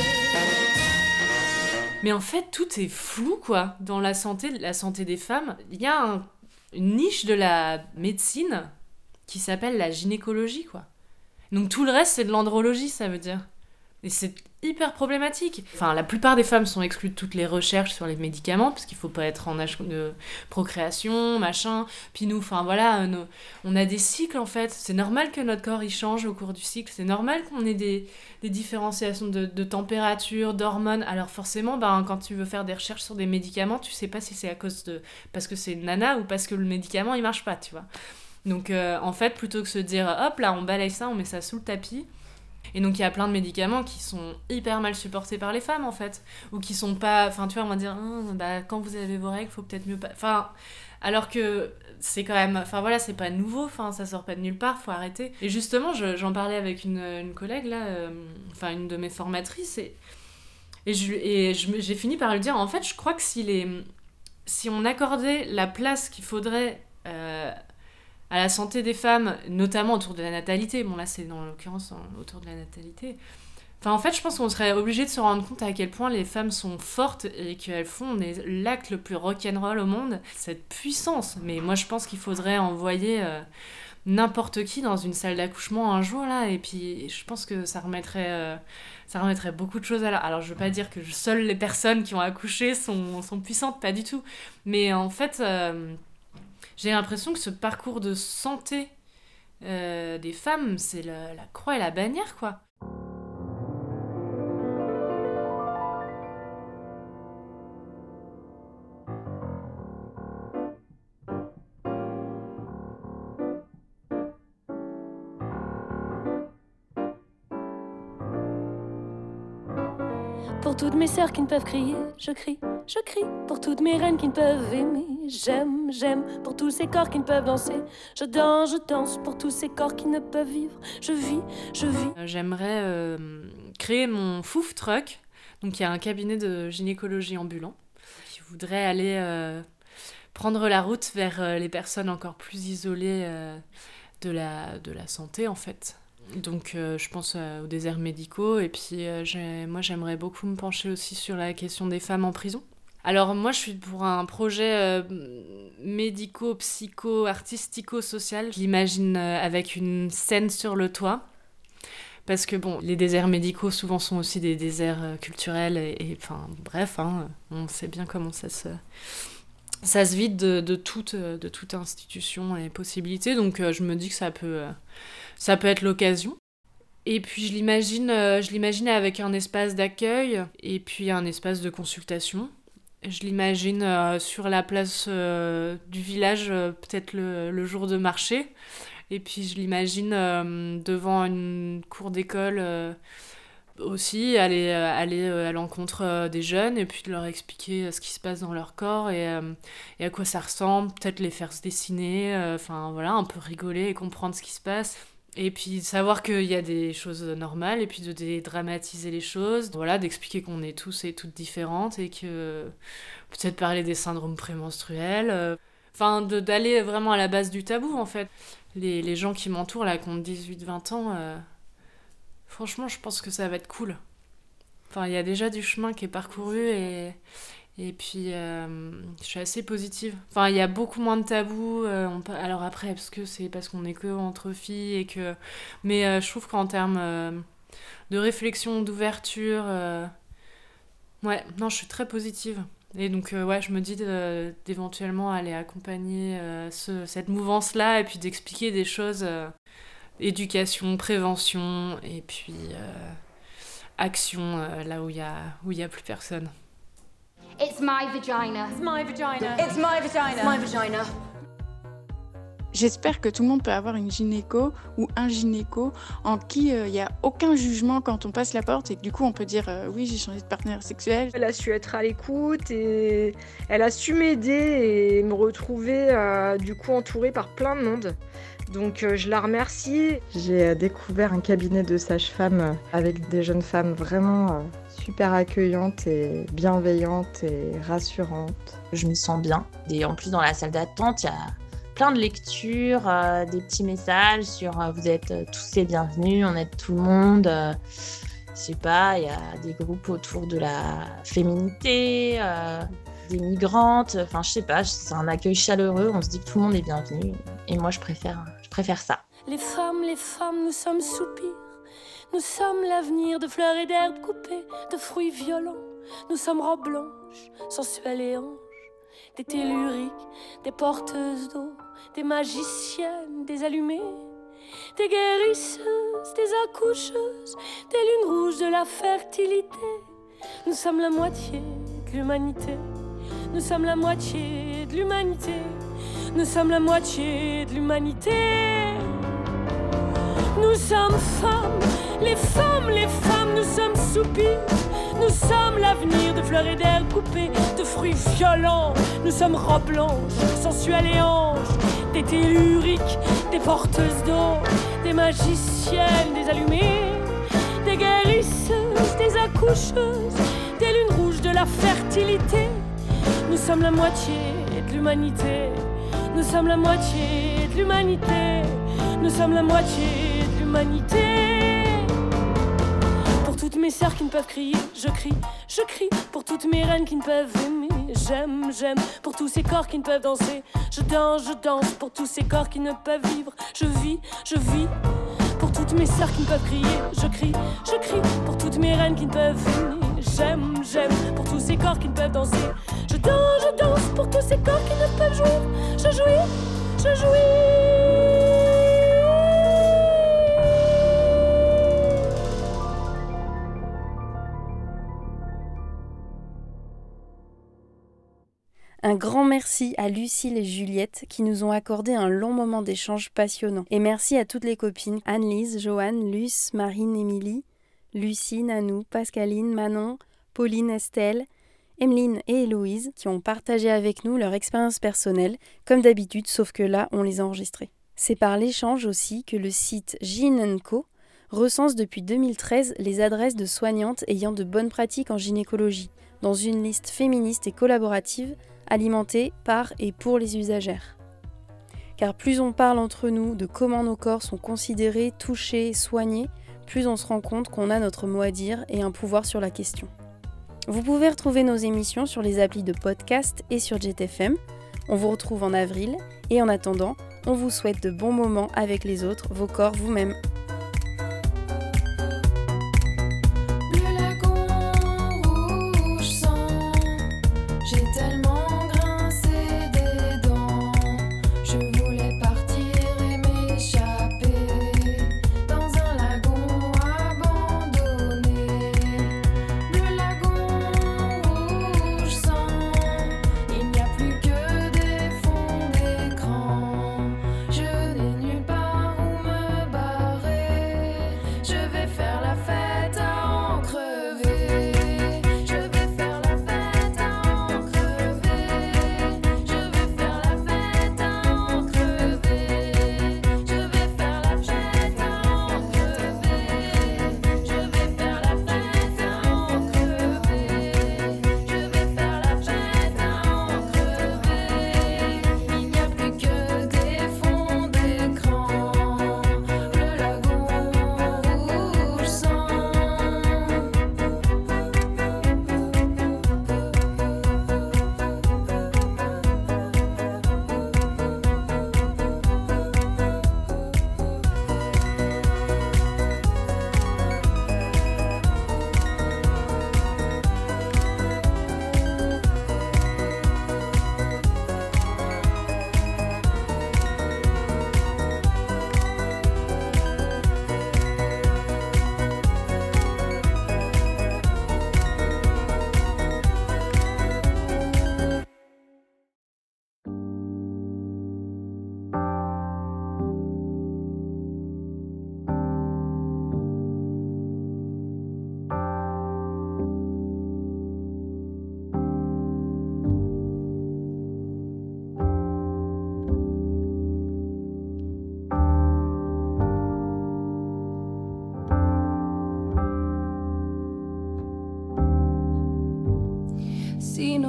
Mais en fait, tout est flou, quoi. Dans la santé, la santé des femmes, il y a un, une niche de la médecine qui s'appelle la gynécologie, quoi. Donc tout le reste, c'est de l'andrologie, ça veut dire. Et c'est hyper problématique. Enfin, la plupart des femmes sont exclues de toutes les recherches sur les médicaments, parce qu'il faut pas être en âge de procréation, machin. Puis nous, enfin voilà, nos, on a des cycles, en fait. C'est normal que notre corps, il change au cours du cycle. C'est normal qu'on ait des, des différenciations de, de température, d'hormones. Alors forcément, ben, quand tu veux faire des recherches sur des médicaments, tu sais pas si c'est à cause de... parce que c'est une nana ou parce que le médicament, il marche pas, tu vois. Donc, euh, en fait, plutôt que se dire, hop, là, on balaye ça, on met ça sous le tapis... Et donc il y a plein de médicaments qui sont hyper mal supportés par les femmes, en fait, ou qui sont pas, enfin tu vois, on va dire hm, bah quand vous avez vos règles, faut peut-être mieux pas, enfin alors que c'est quand même, enfin voilà, c'est pas nouveau, enfin ça sort pas de nulle part, faut arrêter. Et justement, je, j'en parlais avec une, une collègue là, euh, enfin une de mes formatrices, et et je et je, j'ai fini par lui dire, en fait, je crois que si les si on accordait la place qu'il faudrait euh, à la santé des femmes, notamment autour de la natalité. Bon, là, c'est dans l'occurrence autour de la natalité. Enfin, en fait, je pense qu'on serait obligé de se rendre compte à quel point les femmes sont fortes et qu'elles font l'acte le plus rock'n'roll au monde. Cette puissance. Mais moi, je pense qu'il faudrait envoyer euh, n'importe qui dans une salle d'accouchement un jour, là, et puis je pense que ça remettrait, euh, ça remettrait beaucoup de choses à l'heure. Alors, je veux pas dire que seules les personnes qui ont accouché sont, sont puissantes, pas du tout. Mais en fait... Euh, j'ai l'impression que ce parcours de santé euh, des femmes, c'est la, la croix et la bannière, quoi. Pour toutes mes sœurs qui ne peuvent crier, je crie, je crie. Pour toutes mes reines qui ne peuvent aimer, j'aime, j'aime. Pour tous ces corps qui ne peuvent danser, je danse, je danse. Pour tous ces corps qui ne peuvent vivre, je vis, je vis. J'aimerais euh, créer mon Fouf Truck. Donc il y a un cabinet de gynécologie ambulant qui voudrait aller euh, prendre la route vers euh, les personnes encore plus isolées euh, de la, de la santé, en fait. Donc euh, je pense euh, aux déserts médicaux, et puis euh, j'ai, moi j'aimerais beaucoup me pencher aussi sur la question des femmes en prison. Alors moi je suis pour un projet euh, médico, psycho, artistico-social. Je l'imagine euh, avec une scène sur le toit, parce que bon, les déserts médicaux souvent sont aussi des déserts euh, culturels, et, et enfin bref, hein, on sait bien comment ça se... ça se vide de, de, toute, de toute institution et possibilité, donc euh, je me dis que ça peut, euh, ça peut être l'occasion. Et puis je l'imagine, euh, je l'imagine avec un espace d'accueil et puis un espace de consultation. Je l'imagine euh, sur la place euh, du village, euh, peut-être le, le jour de marché. Et puis je l'imagine euh, devant une cour d'école euh, aussi, aller, euh, aller euh, à l'encontre euh, des jeunes et puis de leur expliquer euh, ce qui se passe dans leur corps et, euh, et à quoi ça ressemble, peut-être les faire se dessiner, enfin euh, voilà, un peu rigoler et comprendre ce qui se passe. Et puis savoir qu'il y a des choses normales et puis de dédramatiser les choses, voilà, d'expliquer qu'on est tous et toutes différentes et que peut-être parler des syndromes prémenstruels, euh, enfin de, d'aller vraiment à la base du tabou, en fait. Les, les gens qui m'entourent là, qui ont dix-huit vingt ans, euh, franchement, je pense que ça va être cool. Enfin, il y a déjà du chemin qui est parcouru et, Et puis, euh, je suis assez positive. Enfin, il y a beaucoup moins de tabous. Euh, on, alors après, parce que c'est parce qu'on est que entre filles et que... Mais euh, je trouve qu'en termes euh, de réflexion, d'ouverture... Euh... Ouais, non, je suis très positive. Et donc, euh, ouais, je me dis de, d'éventuellement aller accompagner euh, ce, cette mouvance-là et puis d'expliquer des choses... Euh, éducation, prévention et puis euh, action euh, là où il y a, où il y a plus personne. It's my vagina. It's my vagina. It's my vagina. It's my vagina. J'espère que tout le monde peut avoir une gynéco ou un gynéco en qui il euh, n'y a aucun jugement quand on passe la porte et que du coup on peut dire euh, oui j'ai changé de partenaire sexuel. Elle a su être à l'écoute et elle a su m'aider et me retrouver euh, du coup entourée par plein de monde. Donc euh, je la remercie. J'ai découvert un cabinet de sages-femmes avec des jeunes femmes vraiment euh, super accueillantes et bienveillantes et rassurantes. Je me sens bien. Et en plus dans la salle d'attente, il y a plein de lectures, euh, des petits messages sur euh, vous êtes euh, tous les bienvenus, on aide tout le monde. Euh, je sais pas, il y a des groupes autour de la féminité, euh, des migrantes, enfin je sais pas, c'est un accueil chaleureux, on se dit que tout le monde est bienvenu. Et moi je préfère, je préfère ça. Les femmes, les femmes, nous sommes soupirs. Nous sommes l'avenir de fleurs et d'herbes coupées, de fruits violents. Nous sommes robes blanches, sensuelles et anges. Des telluriques, des porteuses d'eau, des magiciennes, des allumées, des guérisseuses, des accoucheuses, des lunes rouges de la fertilité. Nous sommes la moitié de l'humanité. Nous sommes la moitié de l'humanité. Nous sommes la moitié de l'humanité. Nous sommes femmes, les femmes, les femmes, nous sommes soupirs. Nous sommes l'avenir de fleurs et d'herbes coupées, de fruits violents. Nous sommes robes blanches, sensuelles et anges. Des telluriques, des porteuses d'eau, des magiciennes, des allumées, des guérisseuses, des accoucheuses, des lunes rouges de la fertilité. Nous sommes la moitié de l'humanité. Nous sommes la moitié de l'humanité. Nous sommes la moitié de l'humanité. Pour toutes mes sœurs qui ne peuvent crier, je crie, je crie. Pour toutes mes reines qui ne peuvent aimer, j'aime, j'aime. Pour tous ces corps qui ne peuvent danser, je danse, je danse. Pour tous ces corps qui ne peuvent vivre, je vis, je vis. Pour toutes mes sœurs qui ne peuvent crier, je crie, je crie. Pour toutes mes reines qui ne peuvent aimer, j'aime, j'aime. Pour tous ces corps qui ne peuvent danser, je danse, je danse. Pour tous ces corps qui ne peuvent jouir, je jouis, je jouis. Un grand merci à Lucille et Juliette qui nous ont accordé un long moment d'échange passionnant. Et merci à toutes les copines, Anne-Lise, Joanne, Luce, Marine, Émilie, Lucie, Nanou, Pascaline, Manon, Pauline, Estelle, Emeline et Héloïse qui ont partagé avec nous leur expérience personnelle, comme d'habitude, sauf que là, on les a enregistrées. C'est par l'échange aussi que le site Gyn and Co recense depuis deux mille treize les adresses de soignantes ayant de bonnes pratiques en gynécologie, dans une liste féministe et collaborative alimentée par et pour les usagères. Car plus on parle entre nous de comment nos corps sont considérés, touchés, soignés, plus on se rend compte qu'on a notre mot à dire et un pouvoir sur la question. Vous pouvez retrouver nos émissions sur les applis de podcast et sur Jet F M. On vous retrouve en avril et en attendant, on vous souhaite de bons moments avec les autres, vos corps, vous-même. Je n'ai nulle part où me barrer.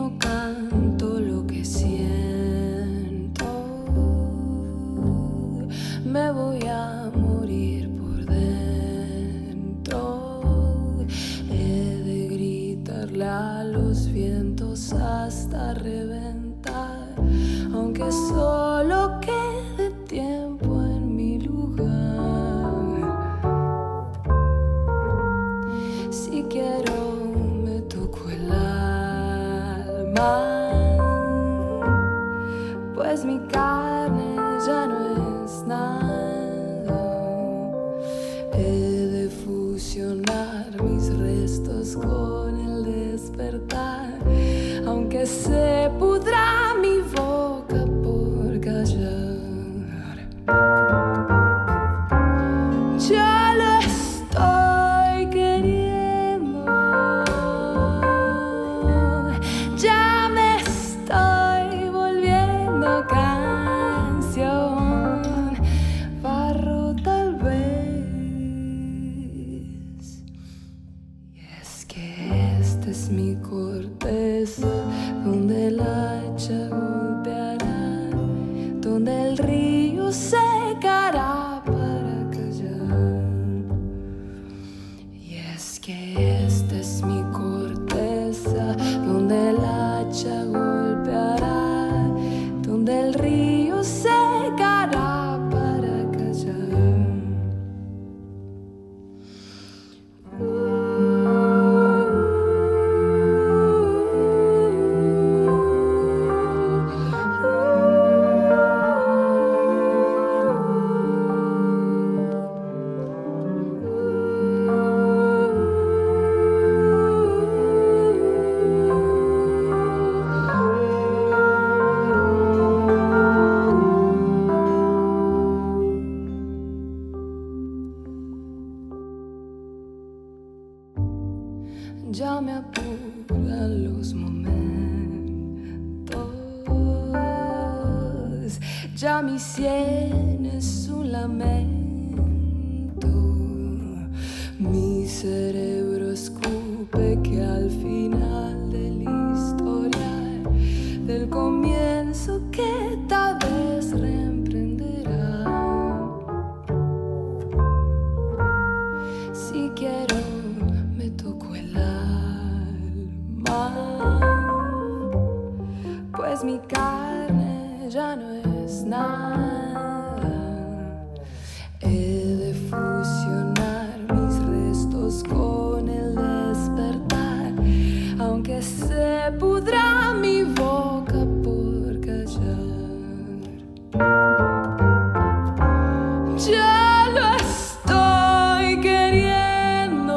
no canto lo que siento. Me voy a morir por dentro. He de gritarle a los vientos hasta reventar, aunque solo quede tiempo en mi lugar. Si quiero me toco el alma, pues mi carne ya no es nada. He de fusionar mis restos con el despertar, aunque se pudra mi boca por callar. Ya lo estoy queriendo, ya me estoy volviendo canción, barro tal vez. Y es que esta es mi corteza, donde el hacha golpeará, donde el río secará para callar. Y es que esta es mi corteza, donde el hacha golpeará, donde el río secará para callar. Ya me apuran los momentos, ya mi sien es un lamento. Mi cerebro escupe que al final del historial, del comienzo que tal vez reemprenderá. Si quiero me toco el alma, pues mi carne ya no es nada. He de fusionar mis restos con el despertar, aunque se pudra mi boca por callar. Ya lo estoy queriendo,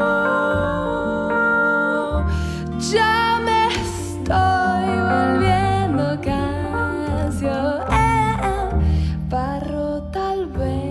ya me estoy volviendo canción, barro tal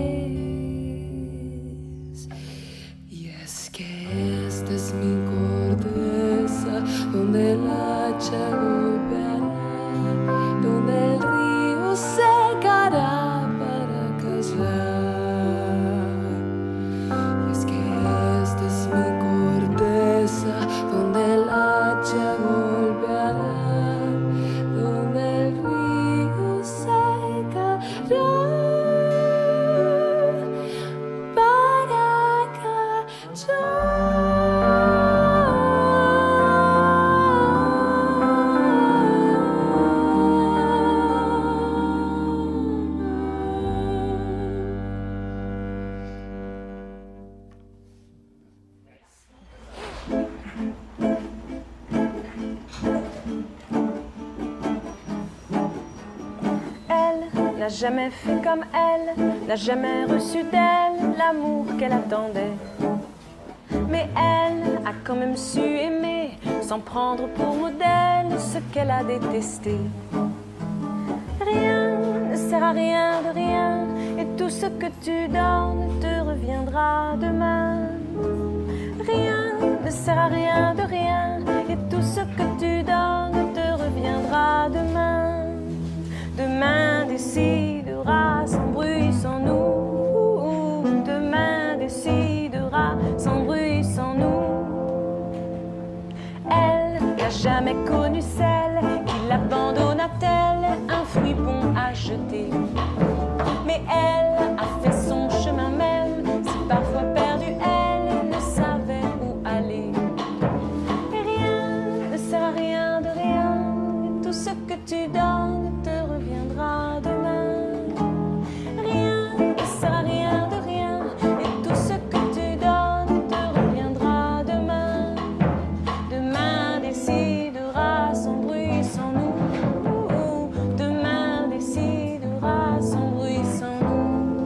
vez. Y es que esta es mi corteza, donde el hacha golpeará, donde el río secará para callar. Y es que esta es mi corteza, donde el hacha golpeará, donde el río secará para Elle n'a jamais fait comme elle, n'a jamais reçu d'elle l'amour qu'elle attendait. Mais elle a quand même su aimer, sans prendre pour modèle ce qu'elle a détesté. Rien ne sert à rien de rien, et tout ce que tu donnes te reviendra demain. Rien ne sert à rien de rien, et tout ce que tu donnes te reviendra demain. Demain décidera sans bruit, sans nous. Demain décidera sans bruit, sans nous. Elle n'a jamais connu celle aller. Mais elle a fait son chemin même, si parfois perdue, elle ne savait où aller. Et rien ne sert à rien de rien, et tout ce que tu donnes te reviendra demain. Rien ne sert à rien de rien, et tout ce que tu donnes te reviendra demain. Demain décidera sans bruit, sans nous. Demain décidera sans bruit, sans nous.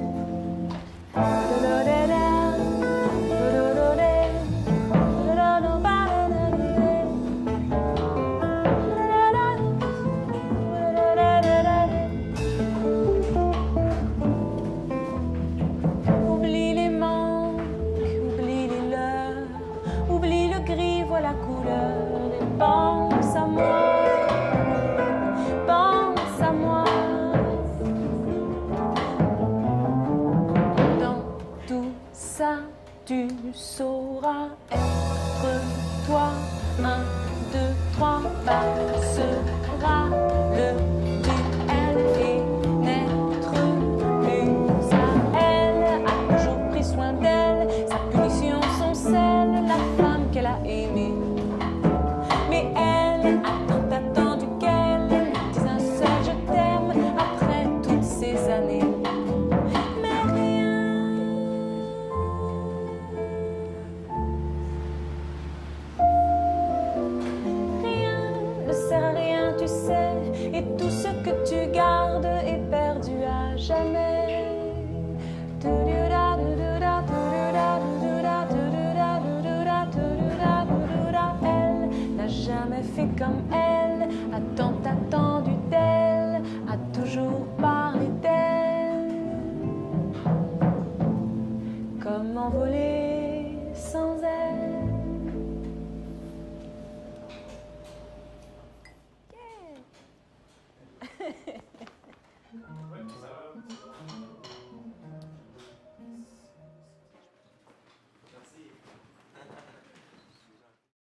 Oublie les manques, oublie les leurs, oublie le gris, vois la couleur, et pense à moi, pense à moi. Dans tout ça, tu sauras être toi. Un, deux, trois, passera le